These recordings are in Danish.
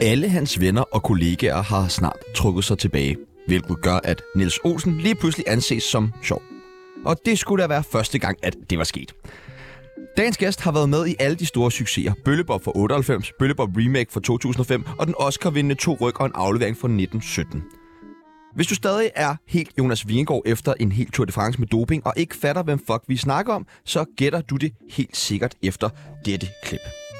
Alle hans venner og kollegaer har snart trukket sig tilbage, hvilket gør, at Niels Olsen lige pludselig anses som sjov. Og det skulle da være første gang, at det var sket. Dagens gæst har været med i alle de store succeser. Bøllebop fra 98, Bøllebop Remake fra 2005 og den Oscar-vindende 2 ryg og en aflevering fra 1917. Hvis du stadig er helt Jonas Vingegaard efter en helt Tour de France med doping og ikke fatter, hvem fuck vi snakker om, så gætter du det helt sikkert efter dette klip.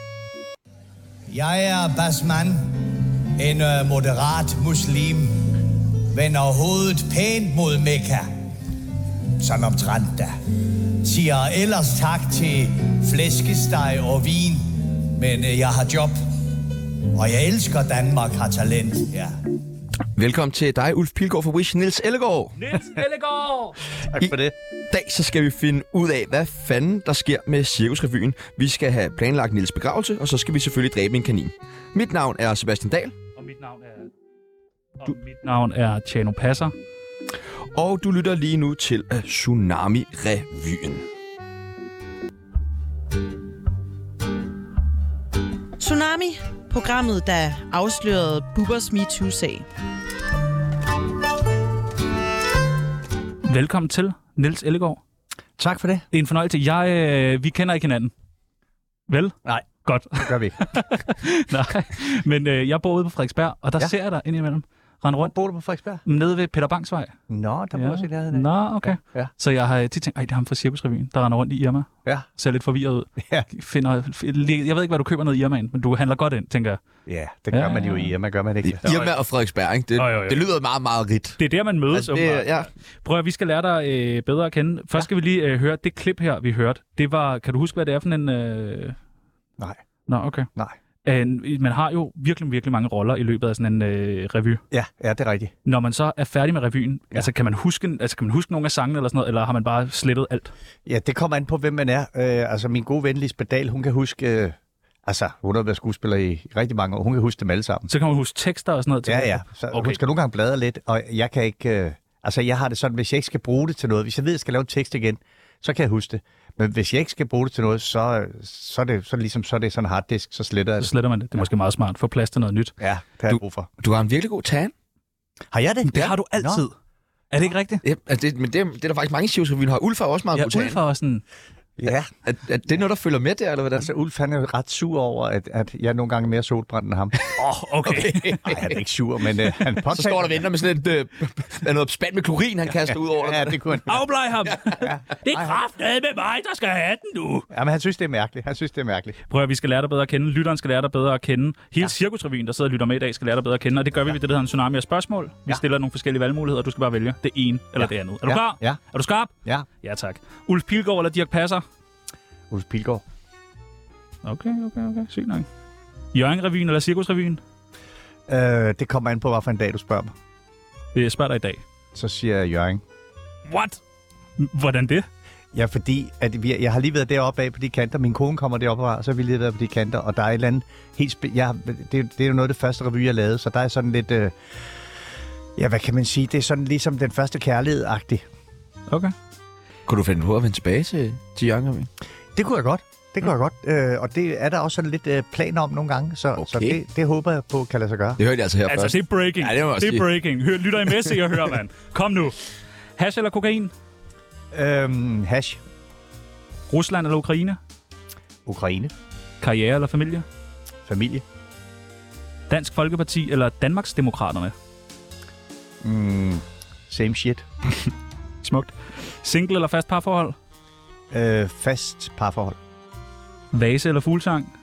Jeg er Basman, en moderat muslim, vender hovedet pænt mod Mekka, sådan omtrent da. Siger ellers tak til flæskesteg og vin, men jeg har job, og jeg elsker Danmark har talent, ja. Velkommen til dig, Ulf Pilgaard fra Wish, Niels Ellegaard. Niels Ellegaard! Tak for det. I dag så skal vi finde ud af, hvad fanden der sker med Cirkusrevyen. Vi skal have planlagt Niels begravelse, og så skal vi selvfølgelig dræbe en kanin. Mit navn er Sebastian Dahl. Og mit navn er Tjano Passer. Og du lytter lige nu til Tsunami-revyen. Tsunami, programmet, der afslørede Bubbers MeToo-sag. Velkommen til, Niels Ellegaard. Tak for det. Det er en fornøjelse. Vi kender ikke hinanden. Vel? Nej. Godt. Det gør vi ikke. Nej, men jeg bor ude på Frederiksberg, og der ser jeg dig indimellem. Rende rundt. Bor du på Frederiksberg? Nede ved Peter Bangs Vej. Nå, der bor også i nærheden af. Nå, okay. Ja. Så jeg har tit tænkt, det er ham fra Cirkusrevyen, der render rundt i Irma. Ja. Ser lidt forvirret ud. Ja. Jeg ved ikke, hvad du køber noget i Irmaen, men du handler godt ind, tænker jeg. Ja, det gør man jo i Irma, gør man ikke? Irma og Frederiksberg, ikke? Det lyder meget, meget rigt. Det er der, man mødes. Altså, ja. Prøv at vi skal lære dig bedre at kende. Først skal vi lige høre det klip her, vi hørte. Det var, kan du huske, hvad det er for en... Nej. Nå, okay. Nej. Man har jo virkelig mange roller i løbet af sådan en revy. Ja, det er rigtigt. Når man så er færdig med revyen, altså kan man huske nogle af sangene eller sådan noget, eller har man bare slettet alt? Ja, det kommer an på, hvem man er. Altså, min gode ven Lisbeth Dahl, hun kan huske... hun har været skuespiller i rigtig mange år. Hun kan huske dem alle sammen. Så kan man huske tekster og sådan noget? Ja. Så okay. Hun skal nogle gange bladre lidt, og jeg kan ikke... jeg har det sådan, hvis jeg ikke skal bruge det til noget, hvis jeg ved, at jeg skal lave en tekst igen, så kan jeg huske det. Men hvis jeg ikke skal bruge det til noget, så er det sådan en harddisk, så sletter jeg det. Så sletter man det. Det er måske meget smart. Få plads til noget nyt. Ja, det har jeg brug for. Du har en virkelig god tan. Har jeg det? Det har du altid. Nå. Er det ikke rigtigt? Ja, det er der faktisk mange Cirkusrevyen har. Ulf har også meget god tan. Ja, Ulf har også sådan... Ja. Er det noget, der følger med der, eller hvad? Altså, Ulf han er jo ret sur over, at jeg nogle gange er mere solbrændt end ham. Okay. Nej, han er ikke sur, men han påtager... Så står der og venter med sådan noget spand med klorin, han kaster ud over dig. Ja, det kunne han. Afbleg ham! Ja. Det er kraftedeme med mig, der skal have den nu! Ja, men han synes, det er mærkeligt. Prøv at vi skal lære dig bedre at kende. Lytteren skal lære dig bedre at kende. Hele Cirkusrevyen, der sidder og lytter med i dag, skal lære dig bedre at kende. Og det gør vi ved det, der hedder en tsunami af spørgsmål. Vi stiller nogle forskellige valgmuligheder, og du skal bare vælge det ene eller det andet. Er du klar? Ja. Er du skarp? Ja. Ja, tak. Ulf Pilgaard eller Dirch Passer? Ulf Pilgaard. Okay. Sygt nok. Hjørring-revyen eller Cirkusrevyen? Det kommer an på, hvad for en dag du spørger mig. Jeg spørger dig i dag. Så siger jeg Hjørring. What? Hvordan det? Ja, fordi at jeg har lige været deroppe af på de kanter. Min kone kommer deroppe fra, så har vi lige været på de kanter. Og der er et eller andet helt... det er jo noget af det første revy, jeg lavede. Så der er sådan lidt... hvad kan man sige? Det er sådan ligesom den første kærlighed-agtig. Okay. Kunne du finde på at vende tilbage til Hjørring? Det kunne jeg godt. Og det er der også sådan lidt planer om nogle gange, så det håber jeg på kan lade sig gøre. Det hørte jeg altså her først. Altså, det er breaking. Ja, det er breaking. Lytter I med, se og hør, mand. Kom nu. Hash eller kokain? Hash. Rusland eller Ukraine? Ukraine. Karriere eller familie? Familie. Dansk Folkeparti eller Danmarksdemokraterne? Same shit. Smukt. Single eller fast parforhold? Fast parforhold. Vase eller fuglsang?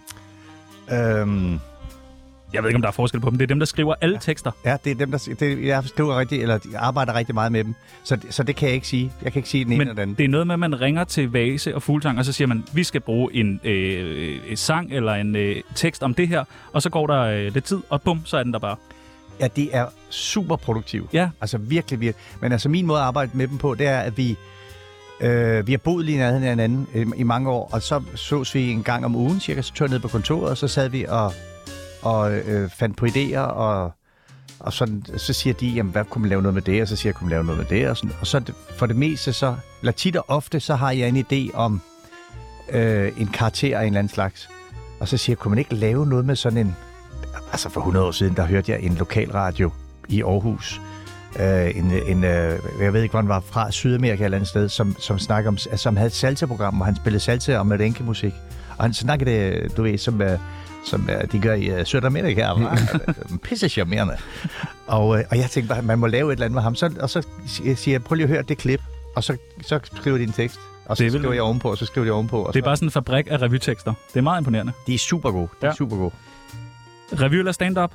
Jeg ved ikke, om der er forskel på dem. Det er dem, der skriver alle tekster. Ja, det er dem, jeg forstår rigtigt, eller jeg arbejder rigtig meget med dem. Så det kan jeg ikke sige. Jeg kan ikke sige den ene eller den anden. Det er noget med, at man ringer til Vase og fuglsang, og så siger man, vi skal bruge en sang eller en tekst om det her, og så går der lidt tid, og bum, så er den der bare. Ja, det er super produktivt. Ja. Altså virkelig. Men altså min måde at arbejde med dem på, det er, at vi har boet lige nærheden af hinanden i mange år, og så sås vi en gang om ugen, cirka, så tog jeg ned på kontoret, og så sad vi og fandt på idéer, og sådan, så siger de, jamen, hvad kunne man lave noget med det? Og så siger jeg, kunne man lave noget med det? Og så for det meste, eller tit og ofte, så har jeg en idé om en karakter af en eller anden slags. Og så siger jeg, kunne man ikke lave noget med sådan en altså for 100 år siden, der hørte jeg en lokalradio i Aarhus. Jeg ved ikke, hvor han var fra, Sydamerika eller andet sted, som snakker om, som havde et salsa-program, hvor han spillede salsa og merengue-musik. Og han snakkede, du ved, som de gør i Sydamerika, pisse charmerende. Og jeg tænkte bare, man må lave et eller andet med ham. Og så siger jeg, prøv lige at høre det klip, og så skriver de en tekst. Og så skriver jeg ovenpå, og så skriver de ovenpå. Og det er bare sådan en fabrik af revytekster. Det er meget imponerende. De er super gode. Revy eller stand-up?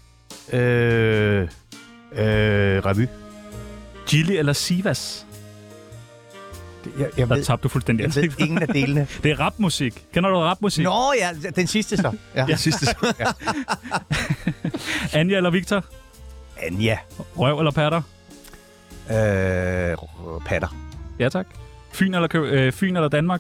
Revy. Gilly eller Sivas? Jeg der tabte du fuldstændig ansigt. Jeg ved ingen af delene. Det er rapmusik. Kender du rapmusik? Nå ja, den sidste så. Ja. Den sidste så. Ja. Anja eller Victor? Anja. Røv eller patter? Patter. Ja, tak. Fyn eller Danmark?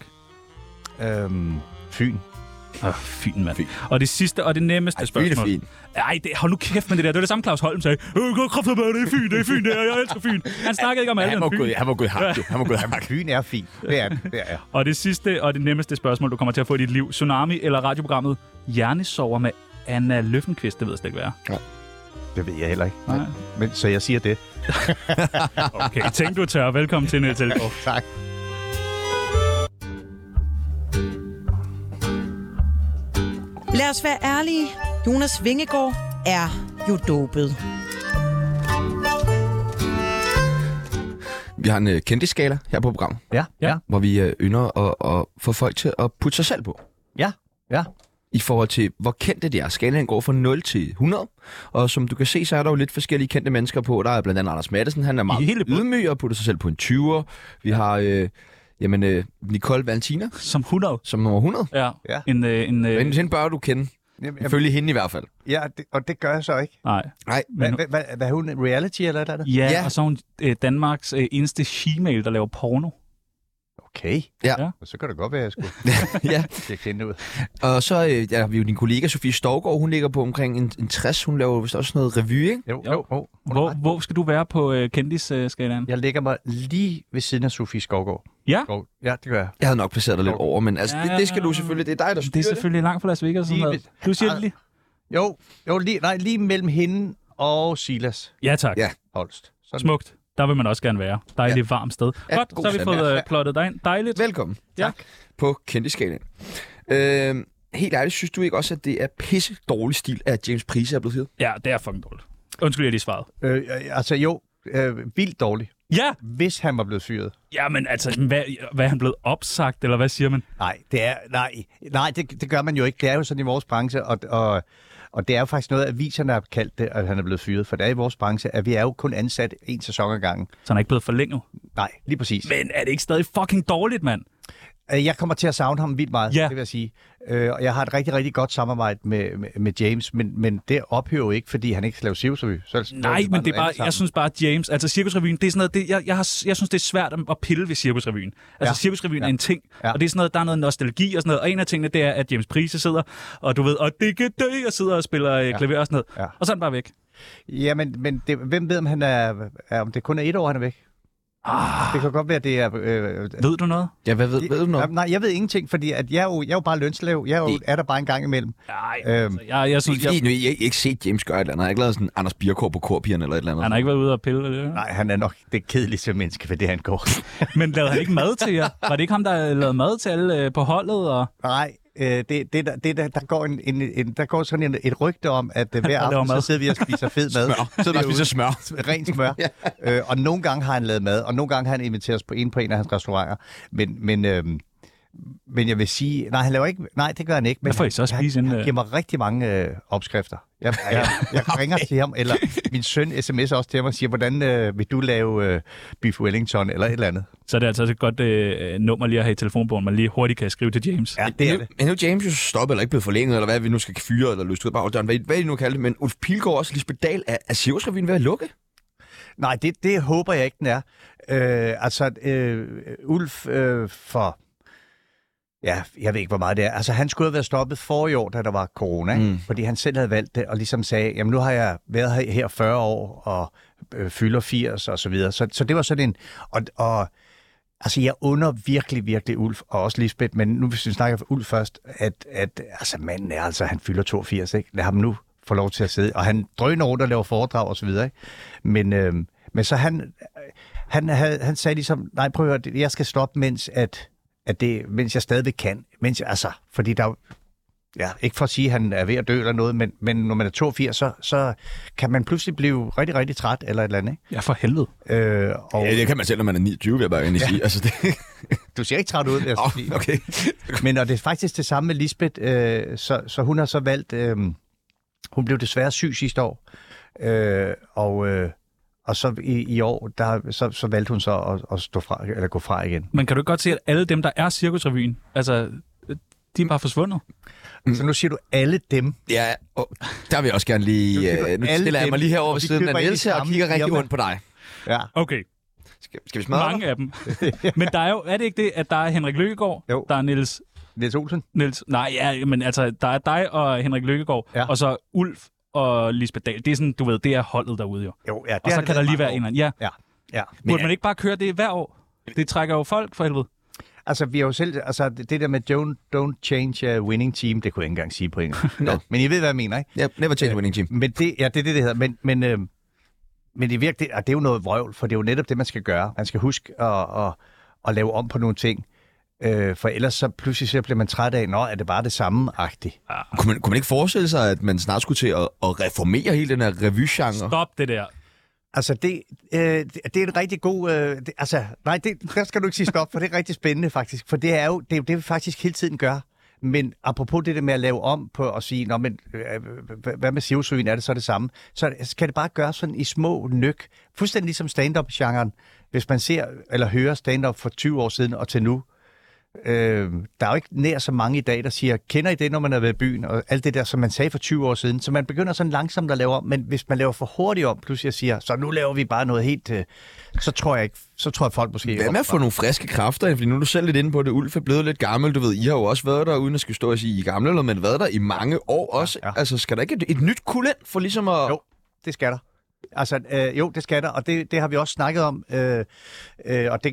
Fyn. Fyn, mand. Fyn. Og det sidste og det nemmeste spørgsmål. Fyn. Ej, hold nu kæft med det der. Det var det samme, Claus Holm sagde. Det er Fyn, jeg elsker Fyn. Han snakkede ikke om alt end Fyn. Han var gået hak. Fyn er fint. Det er. Og det sidste og det nemmeste spørgsmål, du kommer til at få i dit liv. Tsunami eller radioprogrammet Hjernesover med Anna Løffenqvist, det ved jeg slet ikke, hvad er. Ja. Det ved jeg heller ikke. Nej. Men, så jeg siger det. Okay, tænk du tør. Velkommen til Niels Elgaard. Tak. Lad os være ærlige. Jonas Vingegaard er jo dopet. Vi har en kendisskala her på programmet, Ja. hvor vi ynder at få folk til at putte sig selv på. Ja. I forhold til, hvor kendte de er. Skalaen går fra 0 til 100. Og som du kan se, så er der jo lidt forskellige kendte mennesker på. Der er blandt andet Anders Matthesen. Han er meget ydmyg og putter sig selv på en 20'er. Vi har Nicole Valentina. Som 100. Som nummer 100. Ja. Hende bør du kende. Følge hende i hvert fald. Ja, og det gør jeg så ikke. Nej. Hvad er hun? Reality eller et eller andet? Ja, og så er hun Danmarks eneste she-mail, der laver porno. Okay. Ja. Så kan det godt være, jeg skulle. Ja. Jeg kender ud. Og så har vi jo din kollega Sofie Stovgaard. Hun ligger på omkring en 60. Hun laver vist også noget revy, ikke? Jo. Hvor skal du være på kendisskalaen? Jeg lægger mig lige ved siden af Sofie Skovgaard. Ja? Ja, det gør jeg. Jeg havde nok placeret dig lidt over, men altså, det skal du selvfølgelig. Det er dig, der styrer det. er selvfølgelig langt fra Las Vegas. Du siger det lige. Lige mellem hende og Silas. Ja, tak. Ja. Holst. Smukt. Der vil man også gerne være. Dejligt varmt sted. Ja, godt, så har vi fået plottet dig ind. Dejligt. Velkommen. Ja. Tak. På kendisskalaen. Helt ærligt, synes du ikke også, at det er pisse dårlig stil, at James Price er blevet fyret? Ja, det er fucking dårligt. Undskyld, jeg lige svaret. Vildt dårligt. Ja. Hvis han var blevet fyret. Ja, men altså, hvad er han blevet opsagt, eller hvad siger man? Nej, det gør man jo ikke. Det er jo sådan i vores branche, og det er jo faktisk noget, aviserne har kaldt det, at han er blevet fyret. For det er i vores branche, at vi er jo kun ansat en sæson ad gangen. Så han er ikke blevet forlænget? Nej, lige præcis. Men er det ikke stadig fucking dårligt, mand? Jeg kommer til at savne ham vildt meget, det vil jeg sige. Og jeg har et rigtig, rigtig godt samarbejde med James, men det ophører jo ikke, fordi han ikke skal lave cirkusrevy. Nej, men det er bare, jeg synes bare, at James, altså cirkusrevyen, det er sådan noget, jeg synes, det er svært at pille ved cirkusrevyen. Altså cirkusrevyen er en ting, og det er sådan noget, der er noget nostalgi og sådan noget. Og en af tingene, det er, at James Price sidder, og du ved, og det kan dø, og sidder og spiller klaver og sådan noget. Ja. Og så er han bare væk. Ja, men hvem ved, om det kun er 1 år, han er væk? Det kan godt være, det er... ved du noget? Ja, ved du noget? Nej, jeg ved ingenting, fordi at jeg er jo bare lønslav. Er der bare en gang imellem. Nej, jeg synes... Jeg ikke set James gøre et eller andet. Jeg har ikke lavet sådan Anders Birkår på Korpigerne eller et eller andet. Han har ikke været ude og pille det? Nej, han er nok det kedeligste menneske, for det han går. Men lavede han ikke mad til jer? Var det ikke ham, der lavede mad til alle på holdet? Og... Nej, der går sådan et rygte om, at hver aften så sidder vi og spiser fed mad. Så vi spiser smør. Rent smør. Ja. Og nogle gange har han lavet mad, og nogle gange har han inviteret os på en af hans restauranter. Men jeg vil sige, nej, han laver ikke. Nej, det gør han ikke. Men hvad får I så at spise han giver mig rigtig mange opskrifter. Jeg ringer til ham, eller min søn sms'er også til ham og siger, hvordan vil du lave beef Wellington eller et eller andet. Så det er altså et godt nummer lige at have i telefonbogen, man lige hurtigt kan skrive til James. Ja, det er det. Men nu James jo stoppet eller ikke blevet forlænget, eller hvad vi nu skal fyre eller løst ud. Hvad I nu kalder det. Men Ulf Pilgaard også, Lisbeth Dahl, er cirkusrevyen ved at lukke? Nej, det håber jeg ikke, den er. Ulf for... Ja, jeg ved ikke, hvor meget det er. Altså, han skulle have været stoppet forrige år, da der var corona, fordi han selv havde valgt det, og ligesom sagde, jamen nu har jeg været her 40 år, og fylder 80, og så videre. Så det var sådan en... Og altså, jeg under virkelig, virkelig Ulf, og også Lisbeth, men nu hvis vi snakker for Ulf først, at altså, manden er altså, han fylder 82, ikke? Lad ham nu får lov til at sidde. Og han drøner rundt og laver foredrag og så videre. Ikke? Men så han sagde ligesom, nej, prøv at høre, jeg skal stoppe, mens jeg stadigvæk kan. Fordi der ikke for at sige, at han er ved at dø eller noget, men når man er 82, så kan man pludselig blive rigtig, rigtig træt eller et eller andet. Ikke? Ja, for helvede. Ja, det kan man selv, når man er 29, vil jeg bare egentlig sige. Altså, det... Du ser ikke træt ud, jeg skal sige. Okay. Men og det er faktisk det samme med Lisbeth, så hun har så valgt, hun blev desværre syg sidste år, og så i år, så valgte hun så at stå fra, eller gå fra igen. Men kan du ikke godt se, at alle dem, der er Cirkusrevyen, altså, de er bare forsvundet? Så nu siger du alle dem. Ja, og der vil jeg også gerne lige... nu stiller jeg mig lige herovre ved siden af Niels her og kigger rigtig ondt på dig. Ja. Okay. Skal vi smadre mange af dem. Men der er jo, er det ikke det, at der er Henrik Løkkegaard, jo. Der er Niels Olsen? Men altså, der er dig og Henrik Løkkegaard, og så Ulf og Lisbeth Dahl. Det er sådan, du ved, det er holdet derude jo. Jo, ja. Og så kan der lige være en eller anden. Ja. Burde man ikke bare køre det hver år? Det trækker jo folk for helvede. Altså, vi har jo selv... Altså, det der med don't change a winning team, det kunne jeg ikke engang sige på engelsk. No. Men I ved, hvad jeg mener, ikke? Ja, never change a winning team. Men det er det hedder. Men det virkelig, det er jo noget vrøvl, for det er jo netop det, man skal gøre. Man skal huske at lave om på nogle ting. For ellers så pludselig så bliver man træt af, er det bare det samme-agtigt. Kunne man ikke forestille sig, at man snart skulle til at reformere hele den her revy-genre? Stop det der. Altså, det er en rigtig god... der skal du ikke sige stop, for det er rigtig spændende faktisk. For det er jo det, vi faktisk hele tiden gør. Men apropos det der med at lave om på at sige, hvad med Cirkusrevyen, er det så det samme? Så skal det bare gøre sådan i små nyk. Fuldstændig ligesom stand-up-genren. Hvis man ser eller hører stand-up for 20 år siden og til nu, der er jo ikke nær så mange i dag, der siger, kender I det, når man er ved i byen, og alt det der, som man sagde for 20 år siden. Så man begynder sådan langsomt at lave om, men hvis man laver for hurtigt om, pludselig siger, så nu laver vi bare noget helt, så tror jeg folk måske... Hvad med at få nogle friske kræfter ind? Fordi nu er du selv lidt inde på det, Ulf er blevet lidt gammel, du ved, I har jo også været der, uden at skulle stå og sige, I er gamle, eller men været der i mange år også. Ja. Altså, skal der ikke et nyt kul ind for ligesom at... Jo, det skal der. Altså, jo, det skal der, og det har vi også snakket om, og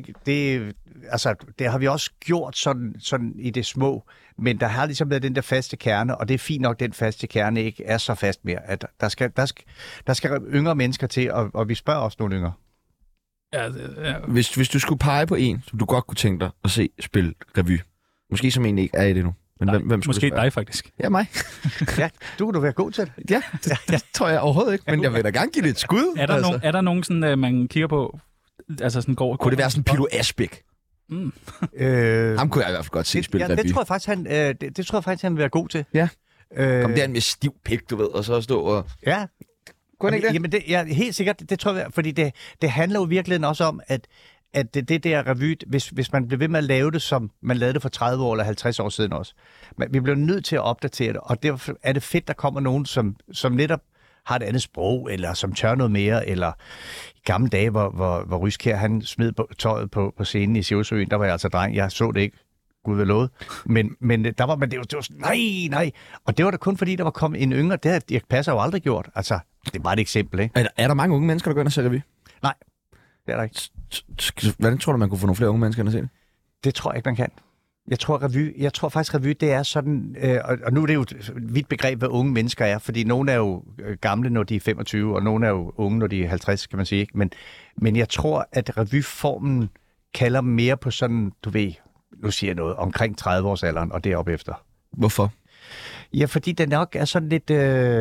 det har vi også gjort sådan i det små, men der har ligesom været den der faste kerne, og det er fint nok, den faste kerne ikke er så fast mere, at der skal yngre mennesker til, og vi spørger også nogle yngre. Ja. Hvis du skulle pege på en, som du godt kunne tænke dig at se spille revy, måske som egentlig ikke er i det nu. Men nej, hvem måske dig faktisk. Ja, mig. Ja, du kunne være god til det. Ja, det tror jeg overhovedet ikke, men jeg vil da gerne give det et skud. Er der nogen sådan, man kigger på, altså sådan går... Kunne det være sådan Pilo Asbæk? Ham kunne jeg i hvert fald godt se spille revy. Det tror jeg faktisk, han vil være god til. Ja. Kom der med stiv pik, du ved, og så stå og... Ja. Kunne ikke det? Jamen, helt sikkert, det tror jeg, fordi det handler jo virkelig også om, at det der revy, hvis man bliver ved med at lave det, som man lavede det for 30 år eller 50 år siden også. Men vi bliver nødt til at opdatere det, og derfor er det fedt, der kommer nogen, som netop har et andet sprog, eller som tør noget mere, eller i gamle dage, hvor Ryskjær, han smed tøjet på scenen i Cirkusrevyen, der var jeg altså dreng, jeg så det ikke, Gud ved lovet, men der var man, det var sådan, nej, og det var da kun fordi, der var kommet en yngre, det har Dirch Passer jo aldrig gjort, altså, det er bare et eksempel, ikke? Er der mange unge mennesker, der går ind og ser revy? Nej, det er der ikke. Hvordan tror du, man kunne få nogle flere unge mennesker ind og se det? Det tror jeg ikke, man kan. Jeg tror faktisk, revy, det er sådan, og nu er det jo et vidt begreb, hvad unge mennesker er, fordi nogle er jo gamle, når de er 25, og nogle er jo unge, når de er 50, kan man sige. Men jeg tror, at revyformen kalder mere på sådan, du ved, nu siger jeg noget, omkring 30-årsalderen, og deroppe efter. Hvorfor? Ja, fordi den nok er sådan lidt...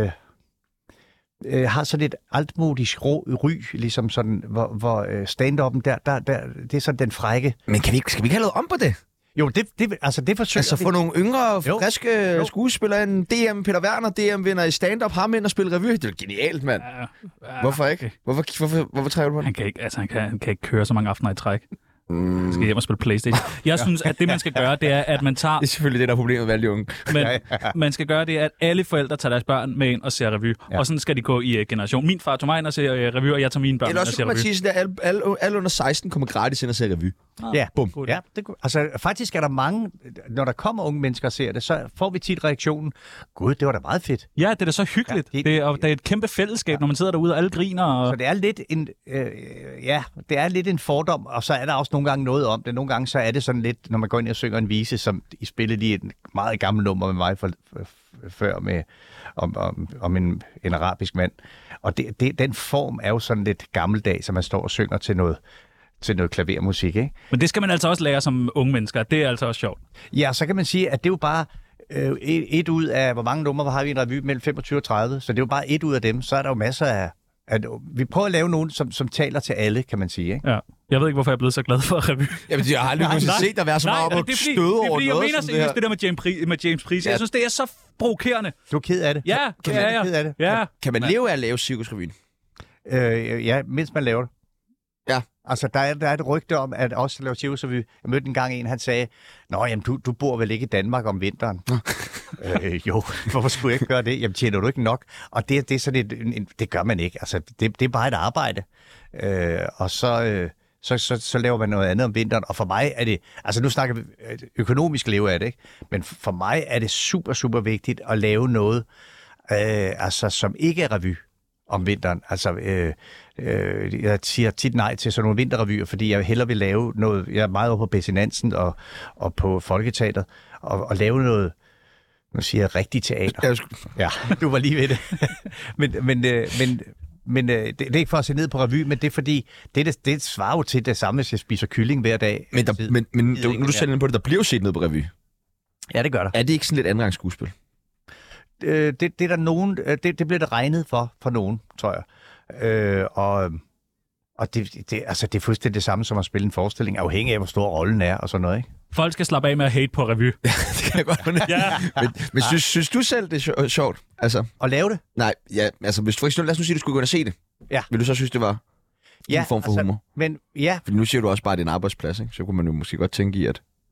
har sådan et altmodisk ry, ligesom sådan, hvor stand-up'en det er sådan den frække. Men skal vi ikke have noget om på det? Jo, det forsøger altså få nogle yngre, friske skuespillere, en DM, Peter Werner, DM-vinder i stand-up, ham ind og spille revy. Det er genialt, mand. Hvorfor ikke? Hvorfor trækker du på det? Han kan ikke køre så mange aftener i træk. Jeg skal hjem og spille PlayStation. Jeg synes, at det, man skal gøre, det er, at man tager... Det er selvfølgelig det, der er problemet med alle de unge. Men man skal gøre det, at alle forældre tager deres børn med ind og ser revy. Ja. Og sådan skal de gå i generation. Min far tog mig ind og ser revy, og jeg tager mine børn ind og ser revy. Eller også kunne man sige, at alle under 16 kommer gratis ind og ser revy. Ja, Bum. ja altså faktisk er der mange, når der kommer unge mennesker og ser det, så får vi tit reaktionen, gud, det var da meget fedt. Ja, det er da så hyggeligt. Ja, det er et kæmpe fællesskab, når man sidder derude og alle griner. Og... Så det er lidt det er lidt en fordom, og så er der også nogle gange noget om det. Nogle gange så er det sådan lidt, når man går ind og synger en vise, som I spillede lige et meget gammelt nummer med mig før med om en arabisk mand. Og den form er jo sådan lidt gammeldags, så man står og synger til noget klavermusik, ikke? Men det skal man altså også lære som unge mennesker. Det er altså også sjovt. Ja, så kan man sige, at det er jo bare et ud af, hvor mange numre har vi i en revy mellem 25 og 30, så det er jo bare et ud af dem. Så er der jo masser af vi prøver at lave nogen, som taler til alle, kan man sige, ikke? Ja. Jeg ved ikke, hvorfor jeg er blevet så glad for revy. Jamen, jeg har aldrig nogensinde set dig være så meget op og støde over noget. Jeg mener seriøst det der med James Price. Ja. Jeg synes, det er så provokerende. Du er ked af det? Ja, ked af det. Ja. Kan man leve af at lave Cirkusrevyen? Ja, mens man laver det. Ja. Altså, der er et rygte om, at også laver Cirkusrevy. Jeg mødte en gang en, han sagde, nå, jamen, du bor vel ikke i Danmark om vinteren? Jo, hvorfor skulle jeg ikke gøre det? Jamen, tjener du ikke nok? Og det er sådan det gør man ikke. Altså, det er bare et arbejde. Og så laver man noget andet om vinteren. Og for mig er det, altså nu snakker vi økonomisk leve af det, ikke? Men for mig er det super, super vigtigt at lave noget, som ikke er revy om vinteren. Altså, jeg siger tit nej til sådan nogle vinterrevyer, fordi jeg hellere vil lave noget, jeg er meget over på Bessie Nansen og på Folketeatret, og lave noget, nu siger jeg rigtig teater. Ja, du var lige ved det. men det er ikke for at se ned på revy, men det er fordi, det svarer jo til det samme, hvis jeg spiser kylling hver dag. Men nu du sætter ind på det, der bliver jo set ned på revy. Ja, det gør der. Er det ikke sådan lidt andenrangs skuespil? Det er der nogen, det bliver der regnet for nogen, tror jeg. Og det er fuldstændig det samme som at spille en forestilling, afhængig af, hvor stor rollen er og sådan noget, ikke? Folk skal slappe af med at hate på revy. Ja, det kan jeg godt fornemme. Ja. Men synes du selv, det er sjovt? Altså, at lave det? Nej, ja, altså hvis for eksempel, lad os nu sige, at du skulle gå ind og se det. Ja. Vil du så synes, det var en form for humor? Men ja. Fordi nu siger du også bare, at det er en arbejdsplads, ikke? Så kunne man jo måske godt tænke i,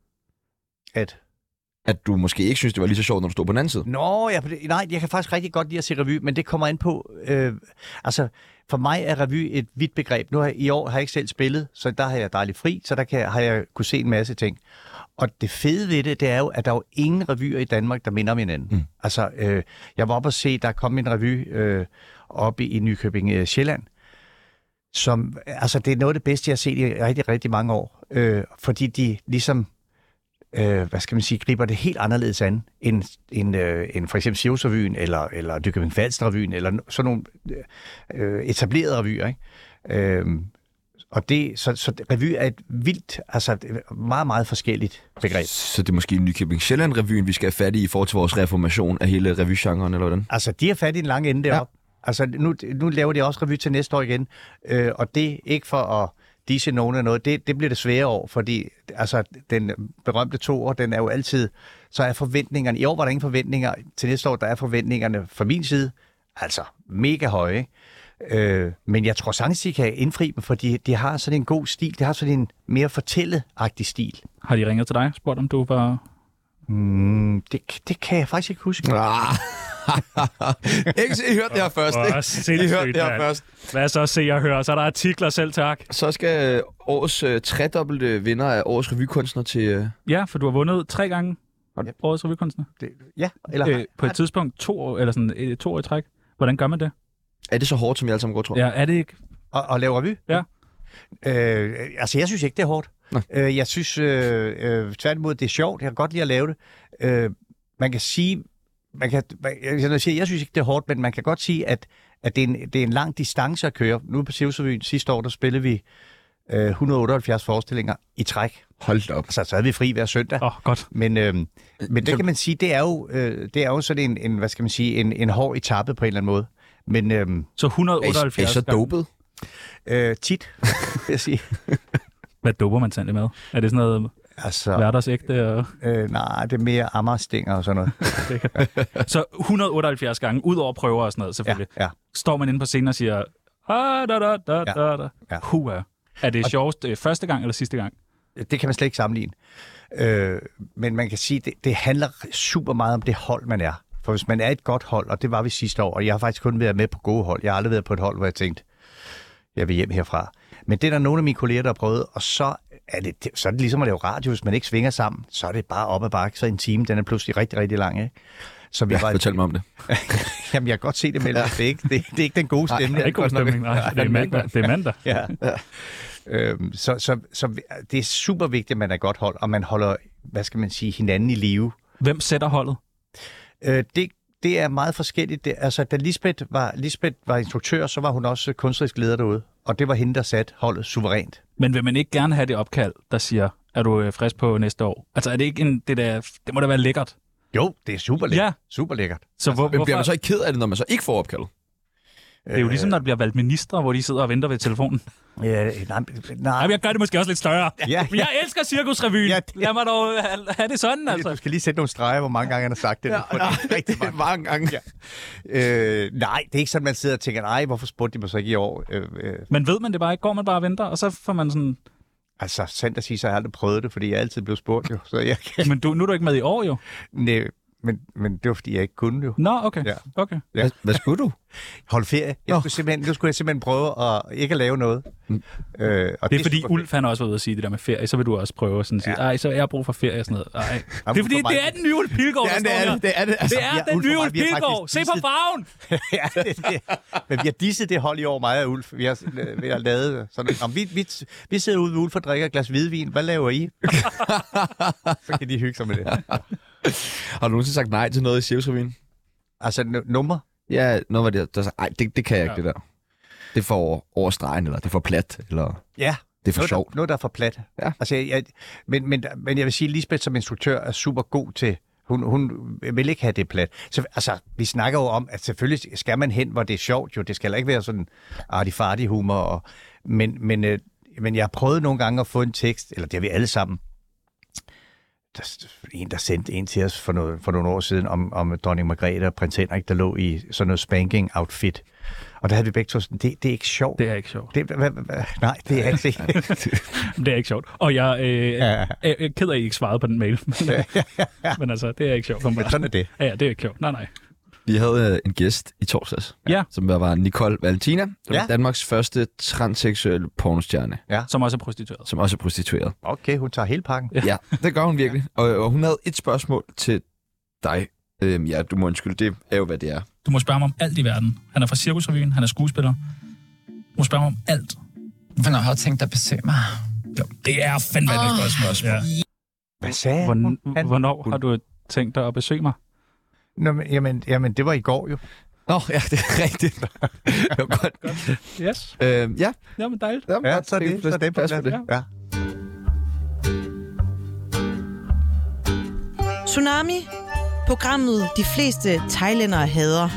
at du måske ikke synes, det var lige så sjovt, når du stod på den anden side. Nå, nej, jeg kan faktisk rigtig godt lide at se revy, men det kommer an på... for mig er revy et vidt begreb. I år har jeg ikke selv spillet, så der har jeg dejligt fri, så har jeg kunne se en masse ting. Og det fede ved det er jo, at der er jo ingen revyer i Danmark, der minder om hinanden. Mm. Altså, jeg var oppe og se, der kom en revy oppe i Nykøbing Sjælland, som... Altså, det er noget af det bedste, jeg har set i rigtig, rigtig mange år. Fordi de ligesom... hvad skal man sige, griber det helt anderledes an end for eksempel Cirkusrevyen eller Nykøbing Falster-revyen eller sådan nogle etablerede revyer, ikke? Og så revy er et vildt, altså meget, meget forskelligt begreb. Så det er måske Nykøbing Sjælland-revyen, vi skal have fat i forhold til vores reformation af hele revygenren, eller hvordan? Altså, de har fat i en lang ende deroppe. Ja. Altså, nu laver de også revy til næste år igen, og det er ikke for at disse nogen af noget. Det bliver det svære år, fordi altså, den berømte 2 år, den er jo altid, så er forventningerne, i år var der ingen forventninger, til næste år, der er forventningerne fra min side, altså mega høje. Men jeg tror sagtens, de kan indfri dem, fordi de har sådan en god stil, de har sådan en mere fortælleagtig stil. Har de ringet til dig og spurgt, om du var... Det kan jeg faktisk ikke huske. I hørte det her først, ikke? I hørte det her først. Hvad så, se og høre? Så er der artikler selv, tak. Så skal årets tredobbelte vinder af årets revykunstner til... Ja, for du har vundet 3 gange årets revykunstner. Ja, eller... på et tidspunkt 2 år, eller sådan 2 år i træk. Hvordan gør man det? Er det så hårdt, som I alle sammen går, tror jeg? Ja, er det ikke? At lave revy? Ja. Altså, jeg synes ikke, det er hårdt. Jeg synes tværtimod, det er sjovt. Jeg kan godt lide at lave det. Man kan sige... Jeg synes ikke, det er hårdt, men man kan godt sige, at det er en lang distance at køre. Nu på Cirkusrevyen sidste år, der spillede vi 178 forestillinger i træk. Hold op. Så havde vi fri hver søndag. Godt. Men det kan man sige, det er jo sådan en hvad skal man sige, en hård etape på en eller anden måde. Men, så 178 er I så dopet? Tit, vil jeg sige. Hvad doper man sandelig med? Er det sådan noget... Altså, hverdagsægte? Og... nej, det er mere Amager-stænger og sådan noget. Så 178 gange, ud over prøver og sådan noget, selvfølgelig. Ja. Står man inde på scenen og siger... Er det sjovest første gang eller sidste gang? Det kan man slet ikke sammenligne. Men man kan sige, det handler super meget om det hold, man er. For hvis man er et godt hold, og det var vi sidste år, og jeg har faktisk kun været med på gode hold. Jeg har aldrig været på et hold, hvor jeg tænkte, jeg vil hjem herfra. Men det er der nogle af mine kolleger, der har prøvet, og så så er det ligesom at lave radio, hvis man ikke svinger sammen, så er det bare op ad bakke, så en time, den er pludselig rigtig, rigtig lang, ikke? Så vi fortæl mig om det. Jamen, jeg kan godt se det mellem. Det er ikke den gode stemning. Det er ikke god stemning, nej. Det er mandag. Ja. Så det er super vigtigt, at man er godt hold, og man holder, hvad skal man sige, hinanden i live. Hvem sætter holdet? Det er meget forskelligt. Da Lisbeth var instruktør, så var hun også kunstnerisk leder derude. Og det var hende, der satte holdet suverænt. Men vil man ikke gerne have det opkald, der siger, er du frisk på næste år? Altså er det ikke det må da være lækkert? Jo, det er super lækkert. Ja. Super lækkert. Så hvorfor bliver man så ikke ked af det, når man så ikke får opkaldet? Det er jo ligesom, når der bliver valgt ministre, hvor de sidder og venter ved telefonen. Nej. Jamen, jeg gør det måske også lidt større. Ja. Men jeg elsker Cirkusrevyen. Ja, lad mig dog have det sådan, altså. Du skal lige sætte nogle streger, hvor mange gange han har sagt det. Rigtig mange gange. Ja. Nej, det er ikke sådan, man sidder og tænker, nej, hvorfor spurgte de mig så ikke i år? Men ved man det bare ikke? Går man bare og venter, og så får man sådan... Altså, sandt at sige, så har jeg aldrig prøvet det, fordi jeg altid blev spurgt jo. Så jeg kan... Men nu er du ikke med i år, jo. Nej, men det var, fordi jeg ikke kunne jo. Nå, okay. Ja. Okay. Ja. Hvad skulle du? Hold ferie. Nu skulle jeg simpelthen prøve at ikke at lave noget. Og det er fordi Ulf han også var ude at sige det der med ferie, så vil du også prøve sådan at sige, ej, så jeg har brug for ferie og sådan noget. Ej. Det er fordi, det er den nye Ulf Pilgaard, der står her. Det er det. Altså, det er den nye Ulf Pilgaard. Se på farven! Men vi har disset det hold i år meget af Ulf. Vi har lavet sådan... Vi sidder ude ved Ulf og drikker et glas hvidvin. Hvad laver I? Så kan de hygge sig med det. Har du nogensinde sagt nej til noget i Cirkusrevyen? Altså nummer? Ja, noget var det, der sagde, nej, det kan jeg ikke, det der. Det er for over stregen, eller det er for plat, eller ja, det er for sjovt. Noget, der er for plat. Ja. Altså, men jeg vil sige, at Lisbeth som instruktør er super god til... Hun vil ikke have det plat. Så, altså, vi snakker jo om, at selvfølgelig skal man hen, hvor det er sjovt. Jo. Det skal ikke være sådan arty-farty humor. Men jeg har prøvet nogle gange at få en tekst, eller det har vi alle sammen. Der sendte en til os for nogle år siden om dronning Margrethe og prins Henrik, der lå i sådan noget spanking-outfit. Og der havde vi begge to sådan, det er ikke sjovt. Det er ikke sjovt. Nej, det er ikke. Det er ikke sjovt. Og jeg er ked af, at I ikke svarede på den mail. Men altså, det er ikke sjovt. Men sådan er det. Ja, det er ikke sjovt. Nej. Vi havde en gæst i torsdags, som var Nicole Valentina, som er Danmarks første transseksuelle pornostjerne. Ja. Som også er prostitueret. Okay, hun tager hele pakken. Ja, det gør hun virkelig. Og hun havde et spørgsmål til dig. Ja, du må undskylde, det er jo, hvad det er. Du må spørge mig om alt i verden. Han er fra Cirkusrevyen, han er skuespiller. Du må spørge mig om alt. Hvornår har du tænkt dig at besøge mig? Jo, det er fandme et godt spørgsmål. Ja. Hvad sagde han? Hvornår har du tænkt dig at besøge mig? Nå, jamen, det var i går jo. Nå, ja, det er rigtigt. Det var godt. Yes. Ja. Jamen, dejligt. Ja, så er det på det. Ja. Tsunami. Programmet de fleste thailændere hader.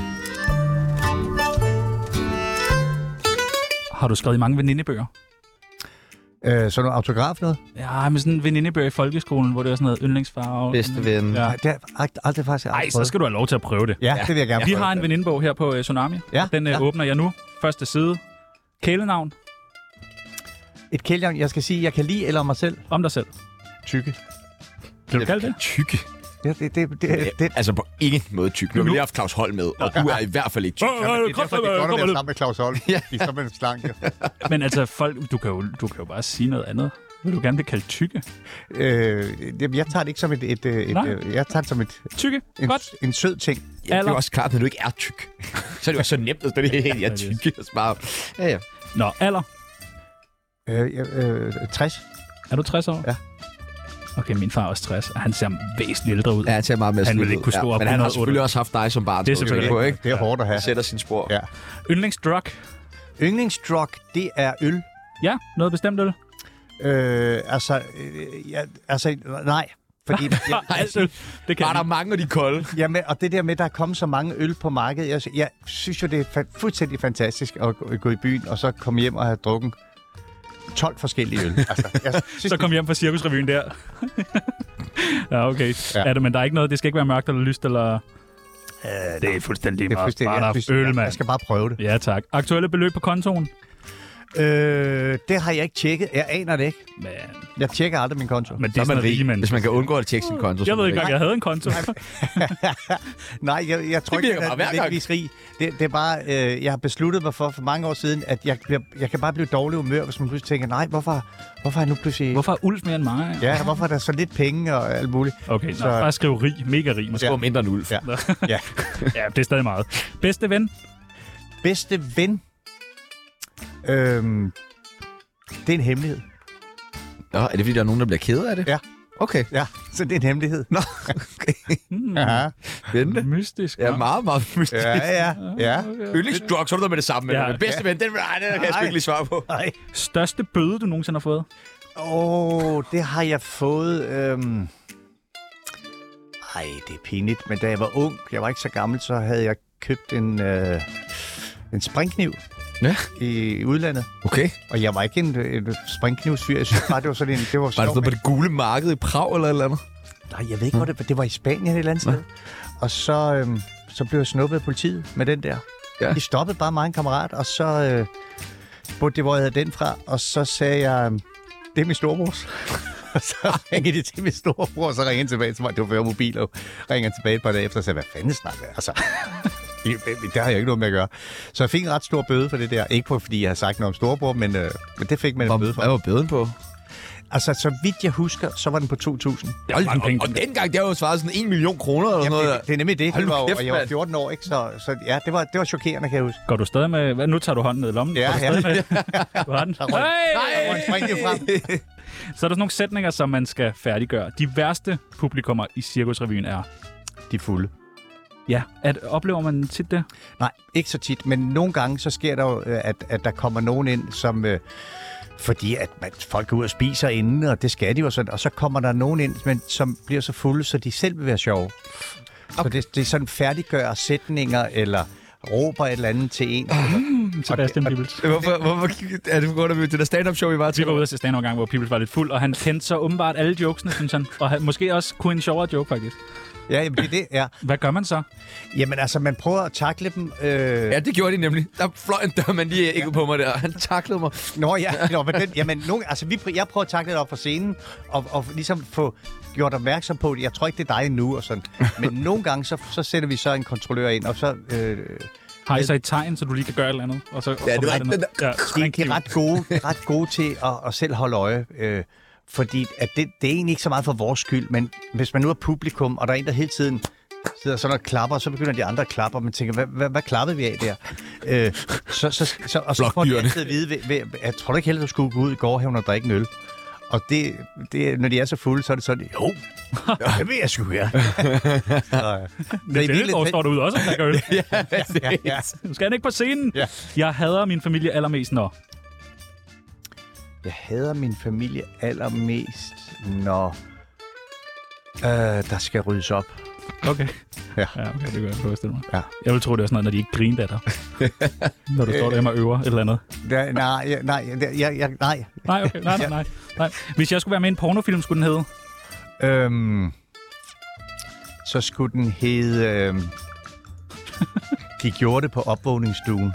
Har du skrevet i mange venindebøger? Sådan noget autograf noget? Ja, med sådan en venindebøger i folkeskolen, hvor det er sådan noget yndlingsfarve. Bedste ven. Ja. Det er aldrig faktisk. Nej, så skal du have lov til at prøve det. Ja, det vil jeg gerne prøve. Vi har en venindebog her på Tsunami. Ja. Den åbner jeg nu. Første side. Kælenavn. Et kælenavn, jeg skal sige, jeg kan lide eller om mig selv. Om dig selv. Tykke. Bliver du kaldt det? Tykke. Ja, det. Altså på ingen måde tyk. Nu har vi lige haft Claus Holm med, og du er i hvert fald ikke tyk. Det er derfor, det er godt at være sammen med Claus Holm. De er så med slanke. Men altså, folk, du kan jo bare sige noget andet. Vil du gerne blive kaldt tykke? Jeg tager det ikke som jeg tager det som et... Tykke? Godt. En sød ting. Ja, det er også klart, når du ikke er tyk. Så er det jo så nemt, at det er helt tykke. Ja. Nå, alder? 60. Er du 60 år? Ja. Okay, min far er også 60, og han ser væsentligt ældre ud. Ja, han ser meget mere han vil ikke kunne stå op. Men han har selvfølgelig også haft dig som barn. Det er selvfølgelig på, ikke? Det er hårdt at have. Det sætter sin spor. Ja. Yndlingsdrug? Yndlingsdrug, det er øl. Ja, noget bestemt øl? Nej. Fordi det kan der er mange af de kolde. Jamen, og det der med, der er kommet så mange øl på markedet. Jeg synes jo, det er fuldstændig fantastisk at gå i byen, og så komme hjem og have drukket 12 forskellige øl. Altså, så kom hjem fra Cirkusrevyen der. Ja, okay. Ja. Er det, men der er ikke noget, det skal ikke være mørkt eller lyst, eller... Det er fuldstændig bare øl, mand. Jeg skal bare prøve det. Ja, tak. Aktuelle beløb på kontoen? Det har jeg ikke tjekket. Jeg aner det ikke. Men, Jeg tjekker aldrig min konto. men det er sådan noget rige, Hvis man kan undgå at tjekke sin konto. Jeg ved ikke engang, jeg havde en konto. Nej, jeg tror Det ikke, virker at bare jeg er nødvendigvis rig. Det er bare, jeg har besluttet mig for mange år siden, at jeg kan bare blive dårlig humør, hvis man pludselig tænker, nej, hvorfor er jeg nu pludselig... Hvorfor er Ulf mere end mig? Ja, hvorfor er der så lidt penge og alt muligt? Okay, Så- bare skriv rig. Mega rig. Det var mindre end Ulf. Ja. Ja. Ja, det er stadig meget. Bedste ven? Bedste ven? Det er en hemmelighed. Nå, er det fordi, der er nogen, der bliver ked af det? Ja. Okay. Ja, så det er en hemmelighed. Nå, okay. Ja, Spændende. Mystisk. Ja, meget, meget mystisk. ja. Yndlingsdrug, så er du der med det samme. Ja. Men bedste ven, den kan jeg sgu ikke lige svare på. Nej. Største bøde, du nogensinde har fået? Det har jeg fået... Ej, det er pinligt, men da jeg var ung, jeg var ikke så gammel, så havde jeg købt en springkniv i udlandet. Okay. Og jeg var ikke en springknivsfyr. Jeg synes bare, det var sådan en... Det var Var det sjovt. på det gule marked i Prag eller et eller andet? Nej, jeg ved ikke, hvor det var i Spanien et eller andet sted. Og så blev jeg snuppet af politiet med den der. Ja. De stoppede bare mig en kammerat, og så spurgte de, hvor jeg havde den fra. Og så sagde jeg, det er min storebrors. Og så ringede de til min storebror, og så ringede han tilbage til mig. Det var før mobil, og ringede tilbage et par dage efter og sagde, hvad fanden snakker jeg? Altså, det har jeg ikke noget med at gøre. Så jeg fik en ret stor bøde for det der. Ikke fordi jeg har sagt noget om storebror, men det fik man en bøde for. Hvad var bøden på? Altså, så vidt jeg husker, så var den på 2.000. Og dengang, der var jo svaret sådan 1 million kroner eller sådan noget. Det er nemlig det. Hold nu kæft, Og jeg var mand. 14 år, ikke? Så ja, det var chokerende, kan jeg huske. Går du stadig med... Nu tager du hånden ned i lommen. Ja, Går du stadig med? Du har den. Der var en springkniv frem. Så er der sådan nogle sætninger, som man skal færdiggøre. De værste publikummer i Cirkusrevyen er... De fulde. Ja, oplever man tit det? Nej, ikke så tit, men nogle gange så sker der jo, at der kommer nogen ind, som... fordi at folk går ud og spiser inden, og det skal de jo sådan. Og så kommer der nogen ind, men, som bliver så fulde, så de selv vil være sjove. Okay. Så det er sådan færdiggør sætninger, eller råber et eller andet til en. Sebastian Pibels. Hvorfor er det på grund af det der stand-up show, vi var til? Vi var ude at se stand en gang, hvor Pibels var lidt fuld, og han kendte så åbenbart alle jokesene, synes han. Og han måske også kunne en sjovere joke, faktisk. Ja, jamen, det er det, ja. Hvad gør man så? Jamen altså, man prøver at takle dem. Ja, det gjorde de nemlig. Der fløj en dørmand lige ikke på mig der. Han taklede mig. Nå ja, jeg prøver at takle det op på scenen, og ligesom få gjort opmærksom på det. Jeg tror ikke, det er dig nu og sådan. Men nogle gange, så sætter vi så en kontrollør ind, og så... Har I så et tegn, så du lige kan gøre et eller andet? Og så, Ja, det var den der. Ja, de er ret gode til at selv holde øje. Fordi at det er egentlig ikke så meget for vores skyld, men hvis man nu er publikum, og der er en, der hele tiden sidder sådan og klapper, så begynder de andre at klappe, og man tænker, hvad klappede vi af der? Og så får de altid at vide, jeg tror ikke heller, du skulle gå ud i gårdhaven og drikke en øl. Og det, når de er så fulde, så er det sådan, jo, det vil jeg sgu gøre. Det står derude også, der gør øl. Ja. Nu skal han ikke på scenen. Ja. Jeg hader min familie allermest, når... Jeg hader min familie allermest, når der skal ryddes op. Okay. Ja. Ja, okay, det kan jeg forestille mig. Ja. Jeg vil tro, det er sådan noget, når de ikke griner af dig. Når du står derhjemme og øver et eller andet. Nej. Nej, okay. Nej. Hvis jeg skulle være med i en pornofilm, skulle den hedde? Så skulle den hedde... De gjorde det på opvågningsstuen.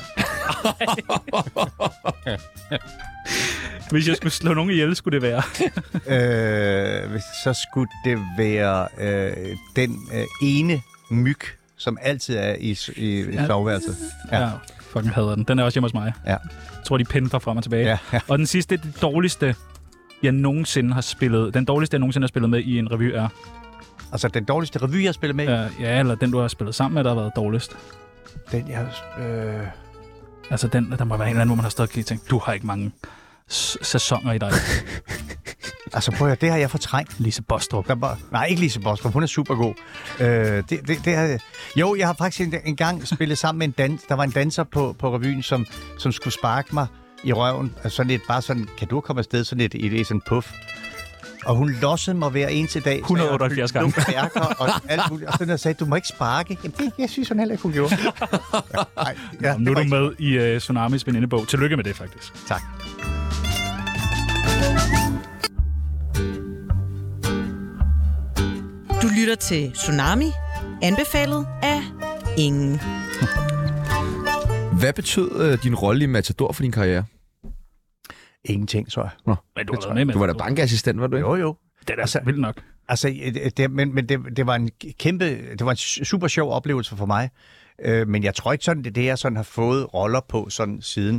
Hvis jeg skulle slå nogen ihjel, skulle det være? Så skulle det være den ene myg, som altid er i soveværelset. Ja, fucking hader den. Den er også hjemme hos mig. Ja. Jeg tror, de pendler frem og tilbage. Ja. Og den sidste, det dårligste, jeg nogensinde har spillet... Den dårligste, jeg nogensinde har spillet med i en revy er... Altså den dårligste revy, jeg har spillet med? Ja, eller den, du har spillet sammen med, der har været dårligst. Den, jeg... Altså, der må være en eller anden, hvor man har stået og tænkt, du har ikke mange sæsoner i dig. Altså, prøv at det har jeg fortrængt. Lise Bostrup. Nej, ikke Lise Bostrup. Hun er super god. Jo, jeg har faktisk en gang spillet sammen med en dans. Der var en danser på revyen, som skulle sparke mig i røven. Altså sådan lidt, bare sådan, kan du komme afsted sådan et sådan puff? Og hun lossede mig hver eneste dag. 178 gange. Og alt muligt. Og så jeg sagde, du må ikke sparke. Jamen, jeg synes, hun heller ikke, hun gjorde. Nu er du med i Tsunamis venindebog. Tillykke med det, faktisk. Tak. Du lytter til Tsunami, anbefalet af ingen. Hvad betød din rolle i Matador for din karriere? Ingenting, tror jeg. Men du var med. Du var da bankassistent, var du ikke? Jo. Det er da vildt nok. Altså, det var en det var en super sjov oplevelse for mig. Men jeg tror ikke sådan, det jeg sådan har fået roller på sådan siden.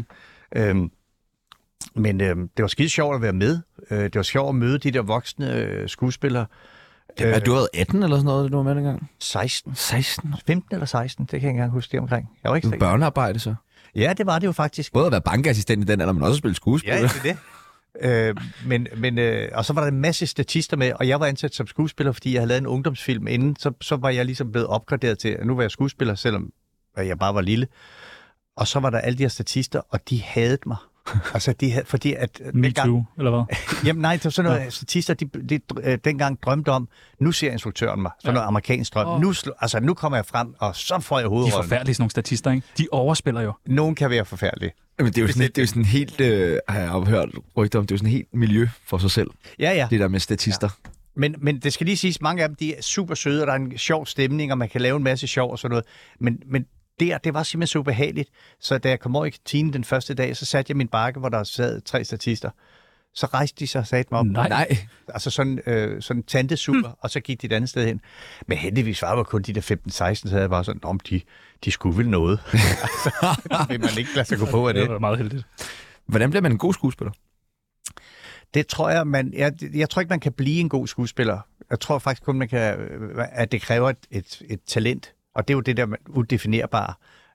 Men det var skide sjovt at være med. Det var sjovt at møde de der voksne skuespillere. Du havde 18 eller sådan noget, du var med dengang? 16. 16? 15 eller 16, det kan jeg ikke engang huske det omkring. Jeg var ikke sikker. Børnearbejde så? Ja, det var det jo faktisk. Både at være bankassistent i den alder, men også at spille skuespil. Ja, det er det. Og så var der en masse statister med, og jeg var ansat som skuespiller, fordi jeg havde lavet en ungdomsfilm inden. Så var jeg ligesom blevet opgraderet til, at nu var jeg skuespiller, selvom jeg bare var lille. Og så var der alle de her statister, og de hadede mig. Altså, fordi at... Me too, eller hvad? Jamen nej, det var sådan noget, statister, de dengang drømte om, nu ser instruktøren mig, sådan noget amerikansk drøm. Nu kommer jeg frem, og så får jeg hovedrollen. De er forfærdelige, sådan nogle statister, ikke? De overspiller jo. Nogen kan være forfærdelige. Men det er jo sådan helt, har jeg hørt rygter om, det er jo sådan helt miljø for sig selv. Ja. Det der med statister. Ja. Men det skal lige siges, mange af dem, de er super søde, og der er en sjov stemning, og man kan lave en masse sjov og sådan noget. Men det var simpelthen så ubehageligt. Så da jeg kom over i kantinen den første dag, så satte jeg min bakke, hvor der sad 3 statister. Så rejste de sig og sagde mig op. Nej. Altså sådan tantesuper, og så gik de et andet sted hen. Men heldigvis var det kun de der 15-16, så havde jeg bare sådan, om de skulle vel noget. Altså, vil man ikke lade sig gå på af det. Det var meget heldigt. Hvordan bliver man en god skuespiller? Det tror jeg tror ikke, man kan blive en god skuespiller. Jeg tror faktisk kun, at det kræver et talent. Og det er jo det der udefinerbare.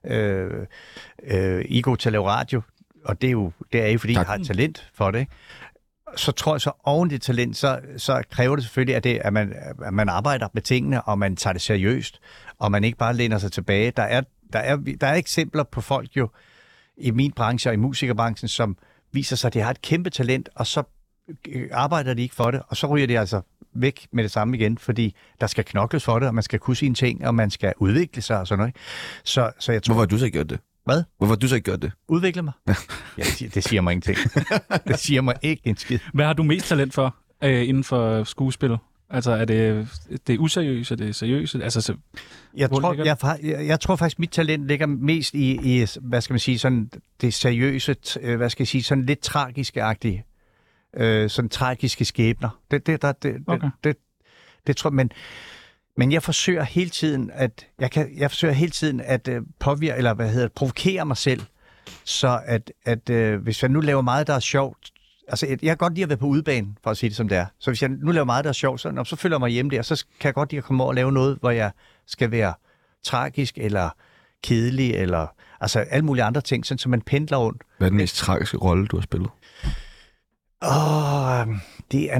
I går til at lave radio, og det er jo fordi, jeg har et talent for det. Ikke? Så tror jeg så oven det talent, så kræver det selvfølgelig, at man arbejder med tingene, og man tager det seriøst, og man ikke bare læner sig tilbage. Der er eksempler på folk jo i min branche og i musikerbranchen, som viser sig, at de har et kæmpe talent, og så arbejder de ikke for det, og så ryger de altså væk med det samme igen, fordi der skal knokles for det, og man skal kunne sine ting, og man skal udvikle sig og sådan noget. Så jeg tror... Hvorfor har du så gjort det? Hvad? Hvorfor har du så ikke gjort det? Udvikle mig? Ja, det siger mig ingenting. Det siger mig ikke en skid. Hvad har du mest talent for inden for skuespil? Altså, er det useriøst, er det seriøst? Altså, jeg tror faktisk, mit talent ligger mest i hvad skal man sige, sådan det seriøse, hvad skal jeg sige, sådan lidt tragiske-agtige. Sådan tragiske skæbner. Det tror jeg, men jeg forsøger hele tiden at påvirke, eller provokere mig selv, så at hvis jeg nu laver meget, der er sjovt, altså jeg kan godt lide at være på udebane, for at sige det som det er. Så hvis jeg nu laver meget, der er sjovt, så føler jeg mig hjemme der, så kan jeg godt lide at komme over og lave noget, hvor jeg skal være tragisk, eller kedelig, eller altså alle mulige andre ting, sådan, så man pendler rundt. Hvad er den mest tragiske rolle, du har spillet? Det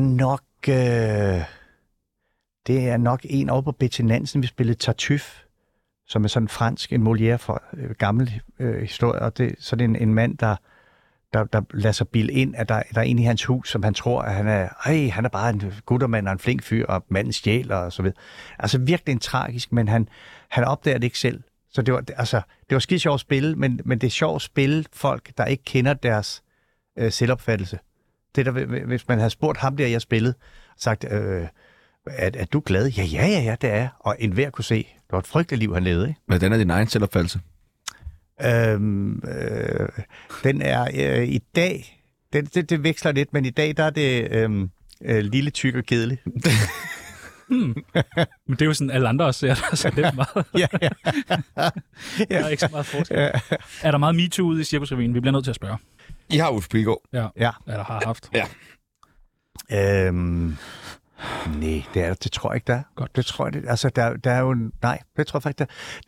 er nok en over på Betty Nansen, vi spillede Tartuffe, som er sådan fransk, en Molière for gammel historie, og så er det en mand, der lader sig bilde ind, at der er en i hans hus, som han tror, at han er bare en guttermand og en flink fyr, og manden stjæler og så videre. Altså virkelig en tragisk, men han opdager det ikke selv. Så det var skide sjovt at spille, men det er sjovt at spille folk, der ikke kender deres selvopfattelse. Det der, hvis man havde spurgt ham der, jeg spillede, sagt, er du glad? Ja, det er. Og enhver kunne se, det var et frygteligt liv, han levede. Ikke? Hvordan er din egen selvopfattelse? Den er i dag, det veksler lidt, men i dag der er det lille, tyk og kedelig. Men det er jo sådan, alle andre også ser det, så det er meget. Ja. Der er ikke så meget forskel. Er der meget MeToo ude i Cirkusrevyen? Vi bliver nødt til at spørge. I har Ulf Pilgaard. Ja. Eller har haft. Ja. Nej, det tror jeg ikke, der er. Godt. Det tror jeg, altså, der er jo... Nej, det tror jeg faktisk,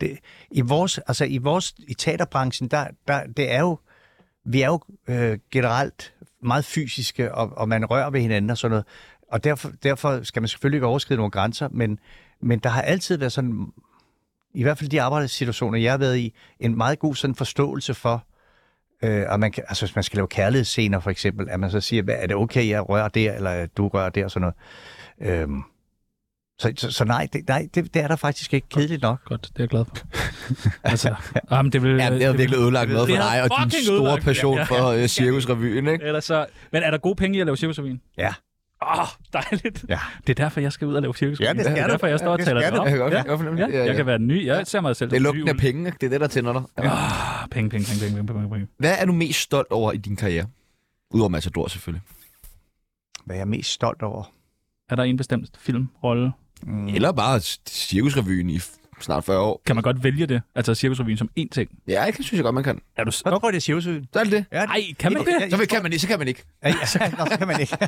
der i teaterbranchen, det er jo... Vi er jo generelt meget fysiske, og man rører ved hinanden og sådan noget. Og derfor skal man selvfølgelig ikke overskride nogle grænser, men der har altid været sådan, i hvert fald de arbejdssituationer, jeg har været i, en meget god sådan forståelse for, og man kan, altså hvis man skal lave kærlighedsscener for eksempel, at man så siger, er det okay, jeg rører der, eller du rører der, og sådan noget. Så nej, det er der faktisk ikke kedeligt nok. Godt, det er jeg glad for. Altså, det har virkelig ødelagt noget for dig, og din store passion for Cirkusrevyen, ikke? Men er der gode penge i at lave Cirkusrevyen? Ja. Dejligt. Ja. Det er derfor, jeg skal ud og lave Cirkusrevyen. Ja, det skal det er derfor, jeg står og taler det op. Jeg kan være den nye. Jeg ser mig selv. Det er lugten af penge, det er det, der tænder dig. Penge. Hvad er du mest stolt over i din karriere? Udover Matador, selvfølgelig. Hvad er jeg mest stolt over? Er der en bestemt filmrolle? Eller bare Cirkusrevyen i snart 40 år. Kan man godt vælge det? Altså Cirkusrevyen som én ting? Ja, det synes jeg godt, man kan. Er du Jeg tror, det er Cirkusrevyen. Så er det det. Ja, Nej, kan man det? Så kan man ikke, så kan man ikke. så kan man ikke.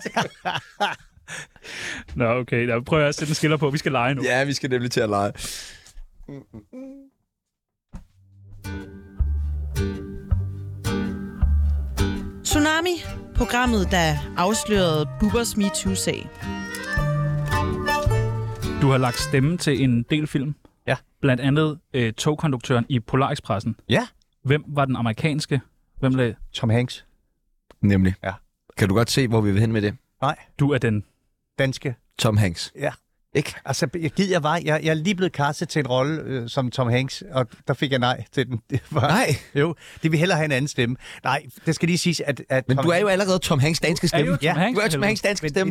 Nå, okay. Jeg prøver at sætte en skiller på. Vi skal lege nu. Ja, vi skal nemlig til at lege. Tsunami, programmet, der afslørede Bubbers MeToo-sag. Du har lagt stemme til en del film. Ja. Blandt andet togkonduktøren i Polarekspressen. Ja. Hvem var den amerikanske? Hvem lagde? Tom Hanks. Nemlig. Ja. Kan du godt se, hvor vi vil hen med det? Nej. Du er den. Danske. Tom Hanks. Ja. Ikke? Altså, jeg er lige blevet castet til en rolle som Tom Hanks, og der fik jeg nej til den. Nej. Jo, det vil hellere have en anden stemme. Nej, det skal lige siges, at Men du er jo allerede Tom Hanks danske stemme. Tom Hanks? Du er Tom Hanks danske stemme.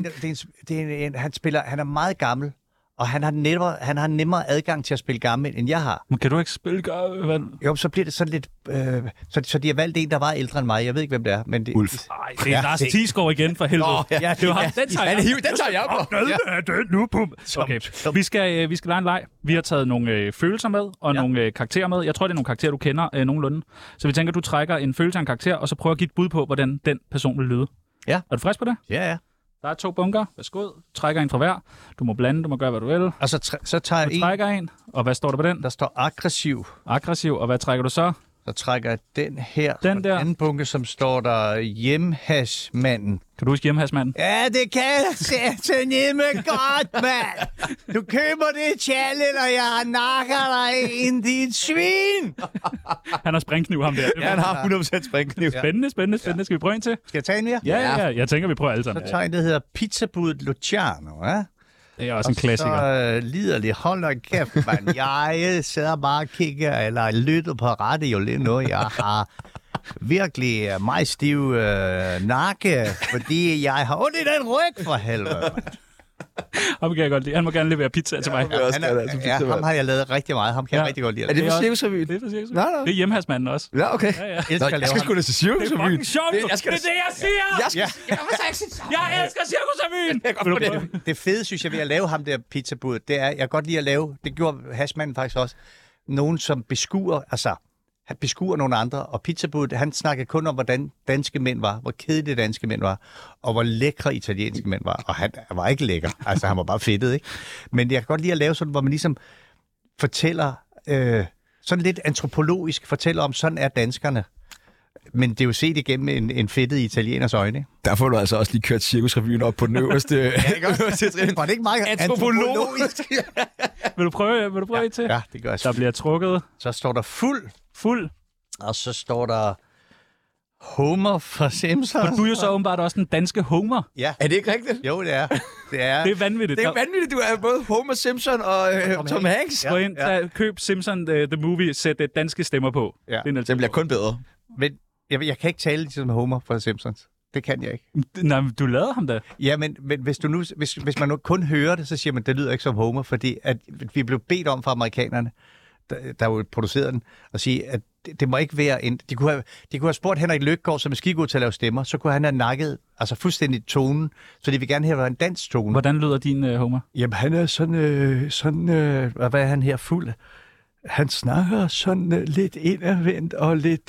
han er meget gammel, og han har nemmere adgang til at spille gammel, end jeg har. Men kan du ikke spille gammel? Jo, så bliver det sådan lidt... så de har valgt en, der var ældre end mig. Jeg ved ikke, hvem det er, men det... Ulf. Nej, det er Lars Thiesgaard igen, for helvede. ja, det var ham. Den tager jeg på. Den nu, pum. Okay, vi skal lege en leg. Vi har taget nogle følelser med, og nogle karakterer med. Jeg tror, det er nogle karakterer, du kender nogenlunde. Så vi tænker, du trækker en følelse af en karakter, og så prøver at give et bud på, hvordan den person vil lyde. Ja. Er du frisk på det? Ja. Der er 2 bunker. Værsgo. Trækker en fra hver. Du må blande, du må gøre, hvad du vil. Og så tager jeg Du trækker en, og hvad står der på den? der står aggressiv. Aggressiv, og hvad trækker du så? Så trækker jeg den her. Den der. anden bunke, som står der hjemhasmanden. Kan du huske hjemmehasmanden? Ja, det kan jeg sætte med godt, mand. Du køber det challenge, og jeg nakker dig ind, dit svin. Han har springkniv, ham der. Ja, han har 100% springkniv. Spændende. Skal vi prøve en til? Skal jeg tage en mere? Ja. Jeg tænker, vi prøver alle sammen. Så tager jeg en, der hedder Pizzabudet Luciano, ja? Det er også en klassiker. Så liderlig. Hold da kæft, mand. Jeg sidder bare og kigger, eller lytter på radio lige nu. Jeg har virkelig meget stiv nakke, fordi jeg har ondt i den ryg, for helvede. Ham kan jeg godt lide. Han må gerne levere pizza til mig. Ham har jeg lavet rigtig meget. Ham kan jeg rigtig godt lide. Er det for Cirkusrevyen? Det er for Cirkusrevyen. Nej. Det er hjemmehasmanden også. Ja, okay. Ja. Jeg skal sgu da til Cirkusrevyen. Det er fucking sjovt. Det er det, jeg siger. Jeg elsker Cirkusrevyen. Det fede, synes jeg, ved at lave ham der pizzabud, det er, jeg kan godt lide at lave, det gjorde Hashmanden faktisk også, nogen som beskuer, han beskuer nogle andre, og pizzabuddet, han snakkede kun om, hvordan danske mænd var, hvor kedelige danske mænd var, og hvor lækre italienske mænd var. Og han var ikke lækker, altså han var bare fedtet, ikke? Men jeg kan godt lide at lave sådan, hvor man ligesom fortæller, sådan lidt antropologisk, fortæller om, sådan er danskerne. Men det er jo set igennem en fedtet italieners øjne. Der får du altså også lige kørt Cirkusrevyen op på den øverste. Var det ikke meget antropologisk? Vil du prøve et til? Ja, det gør jeg. Der bliver trukket. Så står der Fuld. Og så står der Homer fra Simpsons. Og du er jo så åbenbart også den danske Homer. Ja. Er det ikke rigtigt? Jo, det er. Det er vanvittigt. Det er vanvittigt. Du er både Homer Simpson og Tom Hanks. Gå ind, køb Simpson The Movie, sæt danske stemmer på. Ja. Det bliver kun bedre. Men jeg kan ikke tale ligesom Homer fra Simpsons. Det kan jeg ikke. Nej, men du lavede ham da. Ja, men hvis man nu kun hører det, så siger man, det lyder ikke som Homer, fordi at vi blev bedt om fra amerikanerne, der jo producerede den, at sige, at det må ikke være en... De kunne have spurgt Henrik Løkgaard, som er skigod til at lave stemmer, så kunne han have nakket fuldstændig tonen, så de vil gerne have en dansk tone. Hvordan lyder din Homer? Jamen, han er hvad er han her fuld? Han snakker sådan lidt indadvendt og lidt...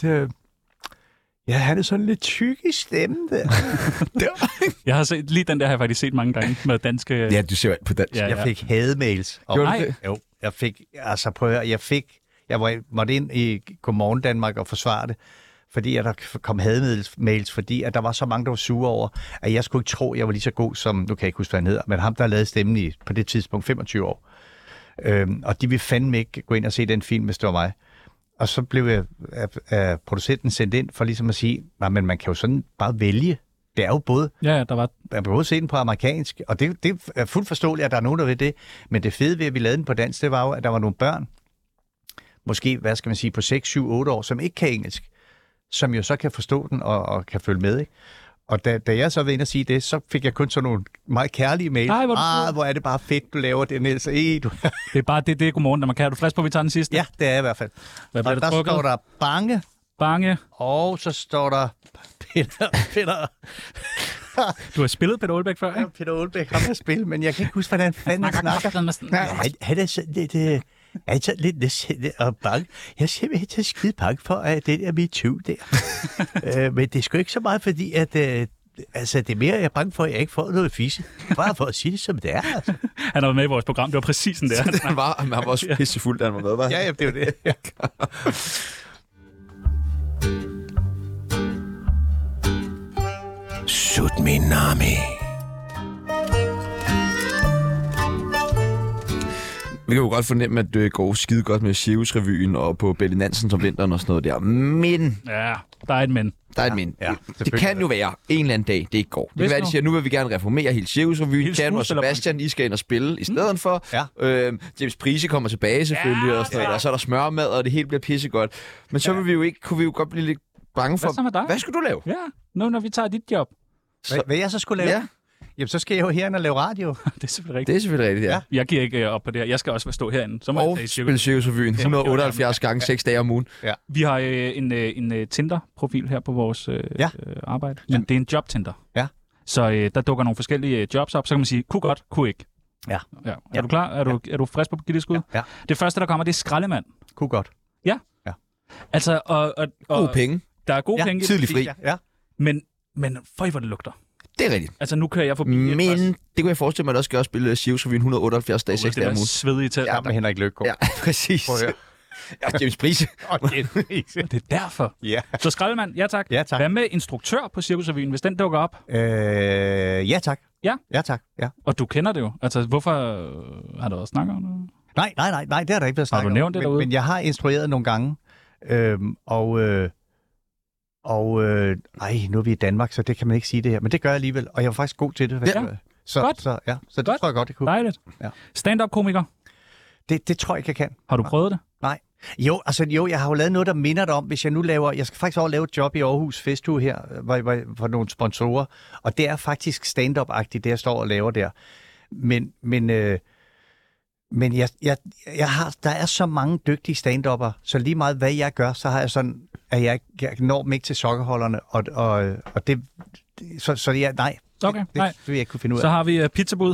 Ja, han er sådan lidt tyk i stemmen der. Jeg har set, lige den der har jeg faktisk set mange gange med danske... Ja, du ser på dansk. Jeg fik hademails. Nej. Jo, jeg fik... Altså, prøv at høre, jeg måtte ind i Godmorgen Danmark og forsvare det, fordi der kom hademails, fordi at der var så mange, der var sure over, at jeg skulle ikke tro, at jeg var lige så god som... Nu kan jeg ikke huske, hvad han hedder, men ham, der lavede stemmen i, på det tidspunkt, 25 år. Og de ville fandme ikke gå ind og se den film, hvis det var mig. Og så blev jeg af producenten sendt ind for ligesom at sige, nej, men man kan jo sådan bare vælge. Det er jo både... Ja, der var... Man kan både se den på amerikansk, og det er fuldt forståeligt, at der er nogen, der ved det. Men det fede ved, at vi lavede den på dansk, det var jo, at der var nogle børn, måske, hvad skal man sige, på 6, 7, 8 år, som ikke kan engelsk, som jo så kan forstå den og kan følge med, ikke? Og da jeg så var inde og sige det, så fik jeg kun sådan nogle meget kærlige mails. Hvor er det bare fedt, du laver det, Niels. Det er bare det godmorgen, når man kan. Er du frisk på, at vi tager den sidste? Ja, det er i hvert fald. Hvad bliver der står der bange. Bange. Og så står der Peter. Du har spillet Peter Aalbæk før, ikke? Peter Aalbæk har spillet, men jeg kan ikke huske, hvordan fanden han snakker. Nej, han er sådan lidt... Jeg er sådan lidt og bange. Jeg er simpelthen så skide bange for, at det der MeToo der. Men det er sgu ikke så meget, fordi at... Altså, det er mere, jeg er bange for, at jeg ikke får noget fisse. Bare for at sige det, som det er. Altså. Han har været med i vores program. Det var præcis sådan der. Han var også pissefuld, da han var med, var? Ja, det var det. Ja. Sut min nami. Vi kan jo godt fornemme, at det går skide godt med Cirkusrevyen og på Belly Nansen som vinteren og sådan noget der. Men... Ja, der er et men. Der er et men. Ja, det kan jo være en eller anden dag, det ikke går. Det kan være, de siger, nu vil vi gerne reformere hele Cirkusrevyen. Tjerno og Sebastian, I skal ind og spille i stedet for. Ja. James Price kommer tilbage selvfølgelig, og sådan noget. Og så er der smørmad, og det hele bliver pissegodt. Men så vil vi jo ikke, kunne vi jo godt blive lidt bange for... Hvad så med dig? Hvad skulle du lave? Ja, nu når vi tager dit job. Hvad jeg så skulle lave? Ja. Jamen, så skal jeg jo herinde og lave radio. Det er selvfølgelig rigtigt. Det er selvfølgelig rigtigt, ja. Jeg giver ikke op på det her. Jeg skal også stå herinde. Så må og spille Cirkusrevyen 178 gange 6 dage om ugen. Ja. Vi har en Tinder-profil her på vores arbejde. Men det er en job-Tinder. Ja. Så der dukker nogle forskellige jobs op. Så kan man sige, kunne godt, kunne ikke. Ja. Er du klar? Er du frisk på at give det skud? Ja. Det første, der kommer, det er skraldemand. Kunne godt. Ja. Altså, og gode penge. Der er gode penge. Tidlig fri. Ja. Men for hvor det lugter. Det er rigtigt. Altså, nu kører jeg forbi... Men det kunne jeg forestille mig, at der også skal spille Cirkusrevyen 178 dage, 6 dage om ugen. Det er svedige til. Ja, med Henrik Løkgaard. Ja, præcis. Ja, James Price. Det er derfor. Ja. Så skraldemand, ja tak. Ja, tak. Hvad med instruktør på Cirkusrevyen, hvis den dukker op? Ja tak. Ja? Ja tak, ja. Og du kender det jo. Altså, hvorfor har du også snakket om det? Nej, det har der ikke været snakket om. Har du nævnt det derude? Men jeg har instrueret nogle gange, nu er vi i Danmark, så det kan man ikke sige det her. Men det gør jeg alligevel, og jeg var faktisk god til det. Ja. Så godt. Så det tror jeg godt, det kunne. Dejligt. Ja. Stand-up-komiker? Det tror jeg ikke, jeg kan. Har du prøvet det? Nej. Jo, jeg har jo lavet noget, der minder dig om, hvis jeg nu laver... Jeg skal faktisk også lave et job i Aarhus Festuge her, for nogle sponsorer, og det er faktisk stand-up-agtigt, det jeg står og laver der. Men jeg har, der er så mange dygtige stand-upper, så lige meget hvad jeg gør, så har jeg sådan, at jeg når dem ikke til sokkerholderne, og det... Så ja, nej. Okay, det vil jeg ikke kunne finde ud af. Så har vi pizzabud.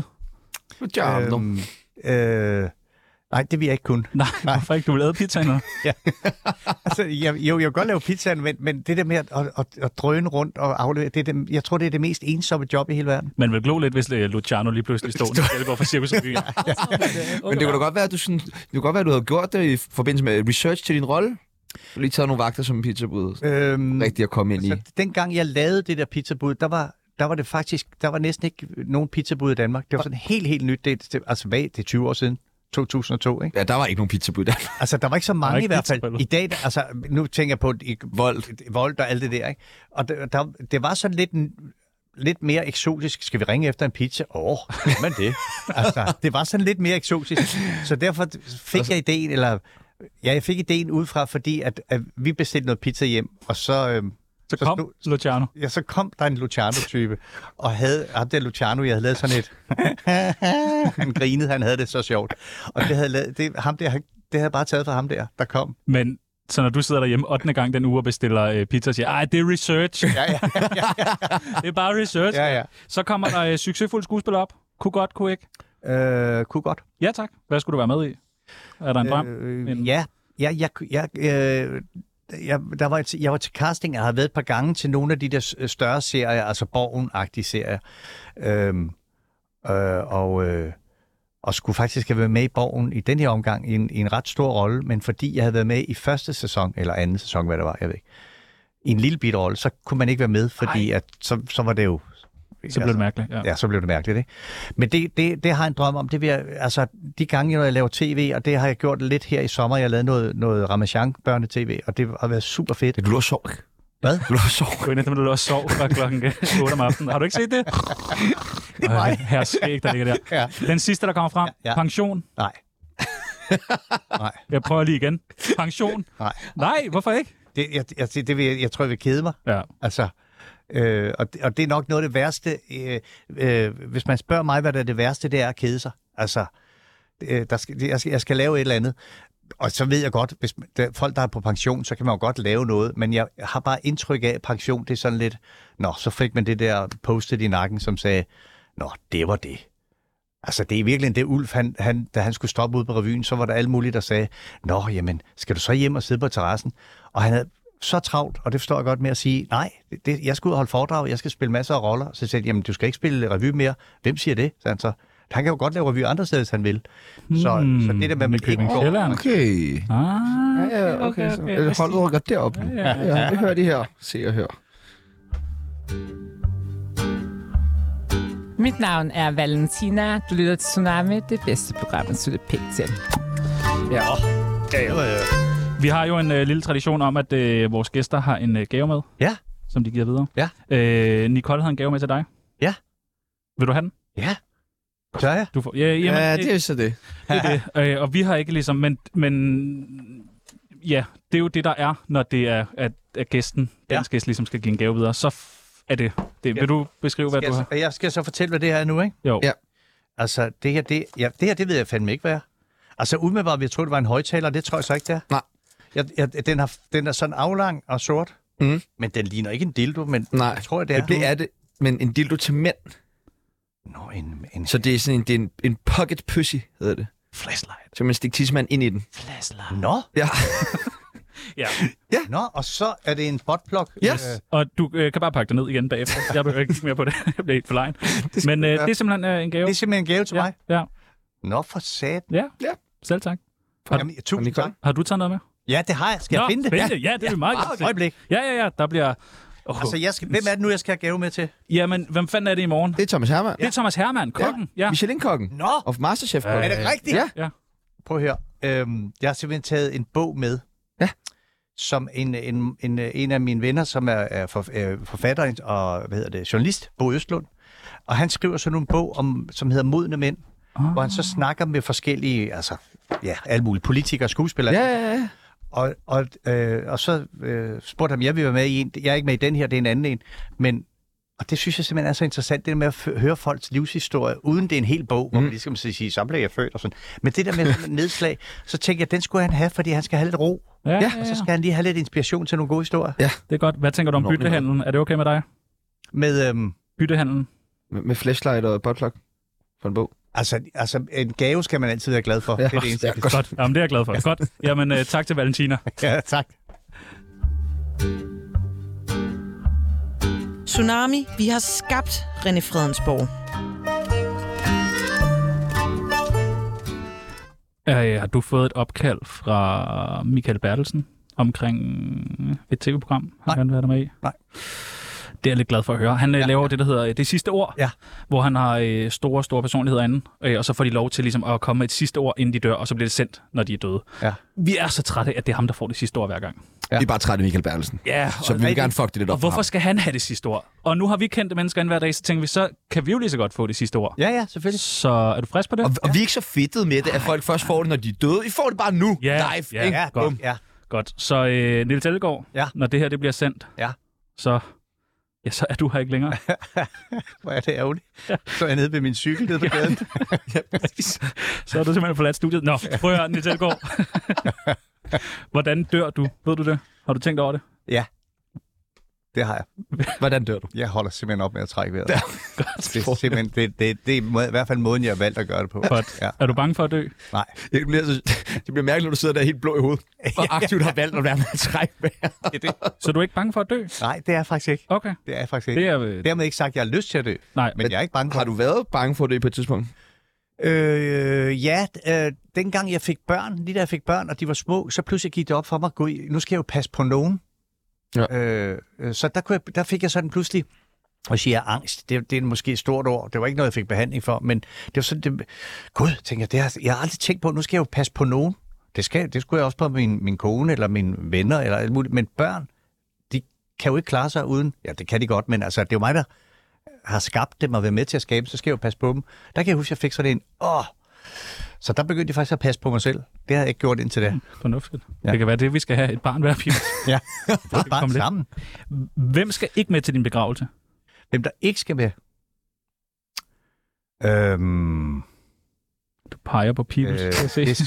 Nej, det vil jeg ikke kunne. Nej, hvorfor ikke? Du vil lave pizzaen nu? Ja. Altså, jeg vil godt lave pizzaen, men det der med at drøne rundt og aflevere, jeg tror, det er det mest ensomme job i hele verden. Man vil glo lidt, hvis Luciano lige pludselig stod og går fra Cirkusrevyen. Men det kunne da godt være, at du havde gjort det i forbindelse med research til din rolle. Du har lige taget nogle vagter som pizzabud. Rigtig at komme ind i. Dengang jeg lavede det der pizzabud, der var næsten ikke nogen pizzabud i Danmark. Det var sådan helt nyt. Det er 20 år siden. 2002, ikke? Ja, der var ikke nogen pizzabud der. Altså, der var ikke så mange i hvert fald. I dag, altså, nu tænker jeg på Volt og alt det der, ikke? Og det var sådan lidt mere eksotisk. Skal vi ringe efter en pizza? Men det. Altså, det var sådan lidt mere eksotisk. Så derfor fik jeg ideen, jeg fik ideen udefra, fordi at vi bestilte noget pizza hjem, og så kom Luciano. Ja, så kom der en Luciano-type, og ham der Luciano, jeg havde lavet sådan et... Han grinede, han havde det så sjovt. Og det havde bare taget fra ham der kom. Men så når du sidder derhjemme 8. gang den uge og bestiller pizza og siger, det er research. Ja. Det er bare research. Ja. Så kommer der succesfuld skuespil op. Kunne godt, kunne ikke? Kunne godt. Ja, tak. Hvad skulle du være med i? Er der en drøm? Jeg var til casting, jeg havde været et par gange til nogle af de der større serier, altså Borgen-agtige serier, og skulle faktisk have været med i Borgen i den her omgang i en ret stor rolle, men fordi jeg havde været med i første sæson, eller anden sæson, hvad det var, jeg ved ikke, i en lille bitte rolle, så kunne man ikke være med, fordi at, så var det jo... Så blev det mærkeligt. Ja, så blev det mærkeligt, ikke? Men det har jeg en drøm om. Det vil jeg, altså, de gange, når jeg laver tv, og det har jeg gjort lidt her i sommer. Jeg har lavet noget Ramachan-børnetv, og det har været super fedt. Du lå og sov. Hvad? Du lå og sov. Du er du lå og sov fra klokken 8 om aftenen. Har du ikke set det? Det er mig. Her skæg, der ligger der. Ja. Den sidste, der kommer frem. Ja. Pension. Nej. Jeg prøver lige igen. Pension. Nej, hvorfor ikke? Jeg tror, jeg vil kede mig. Ja. Altså... Og det er nok noget af det værste. Hvis man spørger mig, hvad der er det værste, det er at kede sig. Altså, jeg skal lave et eller andet. Og så ved jeg godt, hvis folk, der er på pension, så kan man jo godt lave noget, men jeg har bare indtryk af, at pension, det er sådan lidt, så fik man det der postet i nakken, som sagde, det var det. Altså, det er virkelig det Ulf, da han skulle stoppe ud på revyen, så var der alle mulige, der sagde, jamen, skal du så hjem og sidde på terrassen? Og han havde så travlt, og det forstår jeg godt med at sige, nej, jeg skal ud og holde foredrag, jeg skal spille masser af roller. Så sagde jeg, du skal ikke spille revy mere. Hvem siger det? Så han så, han kan jo godt lave revy andre steder, hvis han vil. Så det der med, at man ikke går. Okay. Okay. Holdet rykker derop. Ja, det hører de her. Se og hør. Mit navn er Valentina. Du lytter til Tsunami, det bedste program, at slutte pænt til. Ja. Vi har jo en lille tradition om, at vores gæster har en gave med. Ja. Som de giver videre. Ja. Nicole har en gave med til dig. Ja. Vil du have den? Ja. Tør jeg? Du får, jamen, det er så det. Det er det. Og vi har ikke ligesom, men ja, det er jo det, der er, når det er, at gæsten, dansk gæst, ligesom skal give en gave videre. Så er det. Vil du beskrive, hvad du har? Jeg skal så fortælle, hvad det her er nu, ikke? Jo. Ja. Altså, det her, det ved jeg fandme ikke, hvad er. Altså, umiddelbart, jeg tror, det var en højtaler, det tror jeg så ikke, det er. Nej. Den er sådan aflang og sort, men den ligner ikke en dildo, men jeg tror, det er. Det er det, men en dildo til mænd. Så det er sådan en pocket pussy, hedder det. Flashlight. Så man stikker tidsmand ind i den. Flashlight. Nå? Ja. Ja. Nå, og så er det en buttplug. Yes. Og du kan bare pakke det ned igen bagefter. Jeg behøver ikke mere på det. Jeg bliver helt for legen. Men det er simpelthen en gave. Det er simpelthen en gave til mig? Ja. Nå, for sat. Ja. Selv tak. Tusind tak. Har du taget noget med? Ja, det har jeg. Skal jeg finde det? Ja, det er meget godt. Øjeblik. Ja. Der bliver... Altså, hvem er det nu, jeg skal have gave med til? Jamen, hvem fanden er det i morgen? Det er Thomas Hermann. Det er Thomas Hermann, kokken. Ja. Michelin-kokken. Nå! Og Masterchef. Er det rigtigt? Ja. Prøv at høre. Jeg har simpelthen taget en bog med. Ja. Som en af mine venner, som er forfatter og journalist, Bo Østlund. Og han skriver sådan en bog, som hedder Modne Mænd, hvor han så snakker med forskellige, alle mulige politikere og skuespillere. Ja. Og så spurgte han, jeg vil være med i en. Jeg er ikke med i den her, det er en anden en. Men, og det synes jeg simpelthen er så interessant, det med at høre folks livshistorie, uden det er en hel bog, hvor man ligesom sige, så blev jeg født og sådan. Men det der med nedslag, så tænker jeg, den skulle han have, fordi han skal have lidt ro. Ja. Og så skal han lige have lidt inspiration til nogle gode historier. Ja. Det er godt. Hvad tænker du om byttehandlen? Er det okay med dig? Med byttehandlen? Med flashlight og buttplug for en bog. Altså, en gave skal man altid være glad for. Ja, det er det eneste. Ja, godt. Jamen, det er jeg glad for. Godt. Jamen, tak til Valentina. Ja, tak. Tsunami, vi har skabt René Fredensborg. Har du fået et opkald fra Michael Bertelsen omkring et tv-program, han kan være der med i? Nej. Det er jeg lidt glad for at høre. Han laver det, der hedder Det Sidste Ord, hvor han har store personligheder inde, og så får de lov til ligesom at komme med et sidste ord, inden de dør, og så bliver det sendt, når de er døde. Ja. Vi er så trætte af, at det er ham, der får det sidste ord hver gang. Ja. Vi er bare trætte af Michael Bertelsen. Ja, så vi vil gerne fuck det lidt op. Og hvorfor skal han have det sidste ord? Og nu har vi kendt mennesker ind hver dag, så tænker vi, så kan vi jo lige så godt få det sidste ord. Ja, selvfølgelig. Så er du frisk på det? Og vi er ikke så fedtet med det, at folk først får det, når de er døde. I får det bare nu, live. Ja, godt. Ja. Godt. Så Niels Ellegaard, når det her det bliver sendt, så er du her ikke længere. Hvor er det ærgerligt. Ja. Så er jeg nede ved min cykel nede på gaden. Så er du simpelthen forladt studiet. Nå, prøv at høre, Niels Ellegaard. Hvordan dør du? Ved du det? Har du tænkt over det? Ja, det har jeg. Hvordan dør du? Jeg holder simpelthen op med at trække vejret. Det er simpelthen, det er i hvert fald måden, jeg har valgt at gøre det på. Ja. Er du bange for at dø? Nej. Det bliver mærkeligt, når du sidder der helt blå i hovedet, og aktivt har valgt at være med at trække vejret. Så du er ikke bange for at dø? Nej, det er jeg faktisk ikke. Okay. Det er jeg faktisk ikke. Dermed ikke sagt, at jeg har lyst til at dø. Nej. Men jeg er ikke bange for Har du været bange for at dø på et tidspunkt? Dengang jeg fik børn, lige da jeg fik børn, og de var små, så pludselig gik det op for mig, nu skal jeg jo passe på nogen. Ja. Så der fik jeg sådan pludselig, og siger angst, det er måske et stort ord, det var ikke noget, jeg fik behandling for, men det var sådan, tænker jeg, jeg har aldrig tænkt på, nu skal jeg jo passe på nogen. Det skulle jeg også på min kone, eller mine venner, eller alt muligt, men børn, de kan jo ikke klare sig uden, ja, det kan de godt, men altså, det er jo mig, der har skabt dem og været med til at skabe, så skal jeg jo passe på dem. Der kan jeg huske, at jeg fik sådan en, så der begyndte jeg faktisk at passe på mig selv. Det har jeg ikke gjort indtil da. Fornuftigt. Ja. Det kan være det, vi skal have et barn hver pige. Ja, et barn sammen. Hvem skal ikke med til din begravelse? Hvem der ikke skal med? Du peger på Peoples.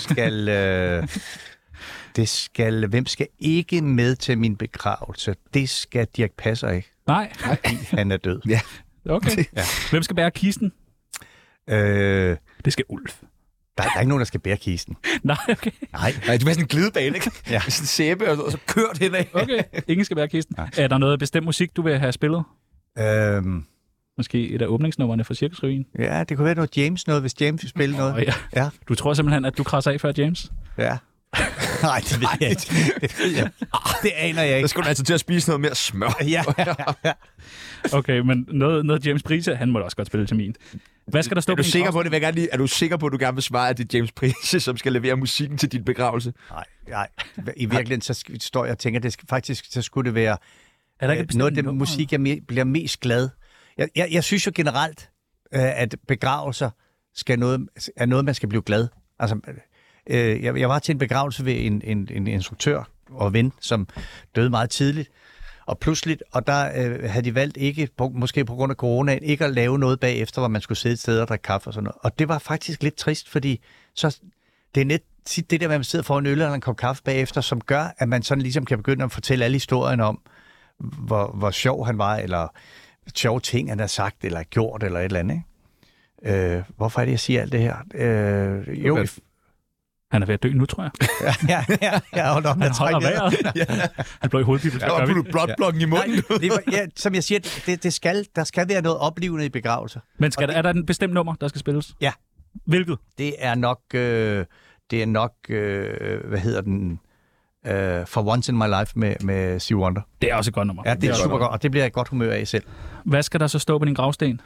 Det skal... Hvem skal ikke med til min begravelse? Det skal Dirch Passer ikke. Nej. Han er død. Ja. Okay. Ja. Hvem skal bære kisten? Det skal Ulf. Der er ikke nogen, der skal bære kisten. Nej, okay. Nej, det er sådan en glidebane, ikke? Ja. Sådan en sæbe, og så kørt henad. Okay, ingen skal bære kisten. Nej. Er der noget bestemt musik, du vil have spillet? Måske et af åbningsnummerne for Cirkusrevyen? Ja, det kunne være noget James noget, hvis James vil spille noget. Ja. Du tror simpelthen, at du krasser af før James? Ja. Nej, det ved jeg ikke. Det aner jeg ikke. Der skulle du altså til at spise noget mere smør. Ja. Okay, men noget James Price, han må da også godt spille til min. Hvad skal der stå Er du sikker på det? Er du sikker på, at du gerne vil svare, at det er James Price, som skal levere musikken til din begravelse? Nej. I virkeligheden så står jeg og tænker, det skal, faktisk så skulle det være noget af den musik, jeg bliver mest glad. Jeg synes jo generelt, at begravelser er noget, man skal blive glad. Altså, jeg var til en begravelse ved en instruktør og ven, som døde meget tidligt. Og pludseligt, og der havde de valgt ikke, måske på grund af coronaen, ikke at lave noget bagefter, hvor man skulle sidde et sted og drikke kaffe og sådan noget. Og det var faktisk lidt trist, fordi så, det er net tit det der, man sidder for en øl eller en kop kaffe bagefter, som gør, at man sådan ligesom kan begynde at fortælle alle historien om, hvor sjov han var, eller sjove ting, han har sagt, eller gjort, eller et eller andet. Ikke? Hvorfor er det, jeg siger alt det her? Han er ved at dø nu, tror jeg. Ja, hold op. Han holder vejret. Han blev i hovedpibel. Der var blotblokken i munden. Som jeg siger, der skal være noget oplevende i begravelser. Men er der en bestemt nummer, der skal spilles? Ja. Hvilket? Det er nok, hvad hedder den? For Once in My Life med Stevie Wonder. Det er også et godt nummer. Ja, det er super godt, og det bliver jeg godt humør af selv. Hvad skal der så stå på din gravsten?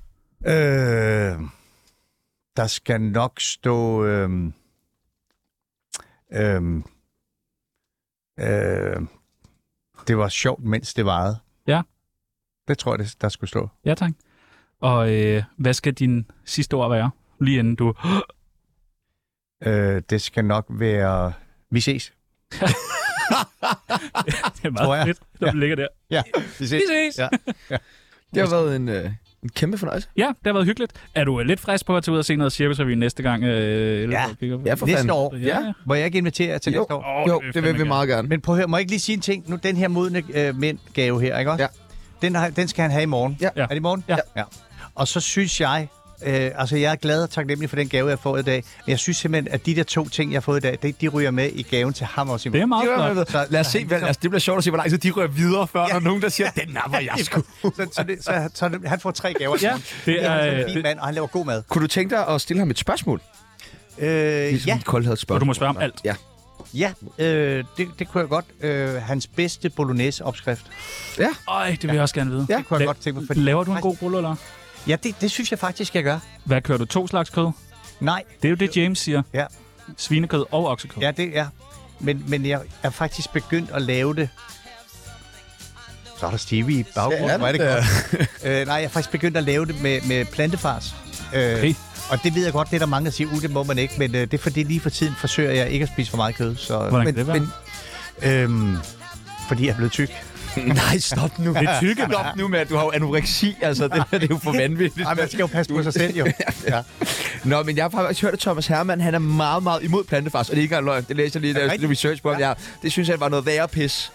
Der skal nok stå... det var sjovt, mens det varede. Ja. Det tror jeg, der skulle stå. Ja, tak. Og hvad skal din sidste ord være, lige inden du... Det skal nok være... Vi ses. Det er meget fedt, når du ligger der. Ja, vi ses. Ja. Det har været en kæmpe fornøjelse. Ja, det har været hyggeligt. Er du lidt frisk på at tage ud og se noget Cirkusrevyen næste gang? Ja, for næste år. Ja. Må jeg ikke invitere jer til næste år? Jo, det vil vi meget gerne. Men prøv at høre, må jeg ikke lige sige en ting? Nu, den her modne mænd-gave her, ikke også? Ja. Den skal han have i morgen. Ja. Er det i morgen? Ja. Og så synes jeg... jeg er glad og taknemmelig for den gave, jeg har fået i dag. Men jeg synes simpelthen, at de der 2 ting, jeg har fået i dag, de ryger med i gaven til ham også i morgen. Det er meget flot. Så lad os se, det bliver sjovt at se, hvor lang tid de ryger videre, før der er nogen, der siger, den napper jeg sgu. Så han får 3 gaver. Ja, det er en fin mand, og han laver god mad. Kunne du tænke dig at stille ham et spørgsmål? Ja. Og du må spørge om alt. Ja, det kunne jeg godt. Hans bedste bolognese-opskrift. Ja. Det vil jeg også gerne vide. Ja, det kunne jeg godt tænke mig. Laver du en god rulle, eller? Ja, det synes jeg faktisk, jeg gør. Hvad kører du? 2 slags kød? Nej. Det er jo det, James siger. Ja. Svinekød og oksekød. Ja, det er. Men jeg er faktisk begyndt at lave det. Så er der Stevie i baggrunden. Det godt. Nej, jeg er faktisk begyndt at lave det med plantefars. Okay. Og det ved jeg godt, det er der mange, der siger, det må man ikke. Men det er fordi lige for tiden forsøger jeg ikke at spise for meget kød. Så, hvordan kan det være? Fordi jeg er blevet tyk. Nej, stop nu. Det er tykke, stop nu med, at du har jo anoreksi. Altså, det er jo for vanvittigt. Nej, man skal jo passe på sig selv, jo. Ja. Nå, men jeg har faktisk hørt, at Thomas Hermann, han er meget, meget imod plantefars. Og det er ikke engang løgn. Det læser jeg lige, der er lidt research på. Ja, det synes jeg var noget værre pis.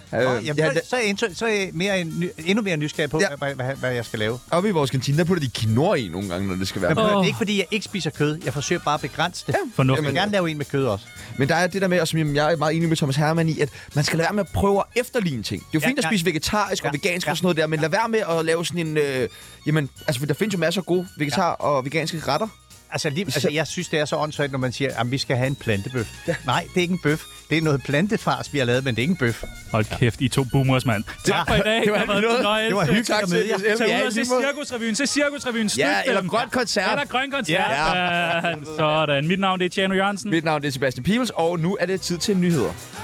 Så er jeg endnu mere nysgerrig på, hvad jeg skal lave. Oppe i vores kantine, der putter de quinoa i nogle gange, når det skal være. Men det er ikke, fordi jeg ikke spiser kød. Jeg forsøger bare at begrænse det. Jeg vil gerne lave en med kød også. Men der er det der med, og som jeg er meget enig med Thomas Hermann i, at man skal lade være med at prøve at efterligne ting. Det er jo fint at spise vegetarisk og vegansk og sådan noget der, men lad være med at lave sådan en... for der findes jo masser af gode vegetar- og veganske retter. Altså, jeg synes, det er så åndssvagt, når man siger, at vi skal have en plantebøf. Ja. Nej, det er ikke en bøf. Det er noget plantefars, vi har lavet, men det er ikke en bøf. Hold kæft, I 2 boomers, mand. Tak for i dag. Det var hyggeligt at møde jer. Tag ud og se Cirkusrevyen. Se Cirkusrevyen. Ja, eller grøn koncert. Eller grøn koncert. Ja. Sådan. Mit navn det er Tjano Jørgensen. Mit navn det er Sebastian Peoples, og nu er det tid til nyheder.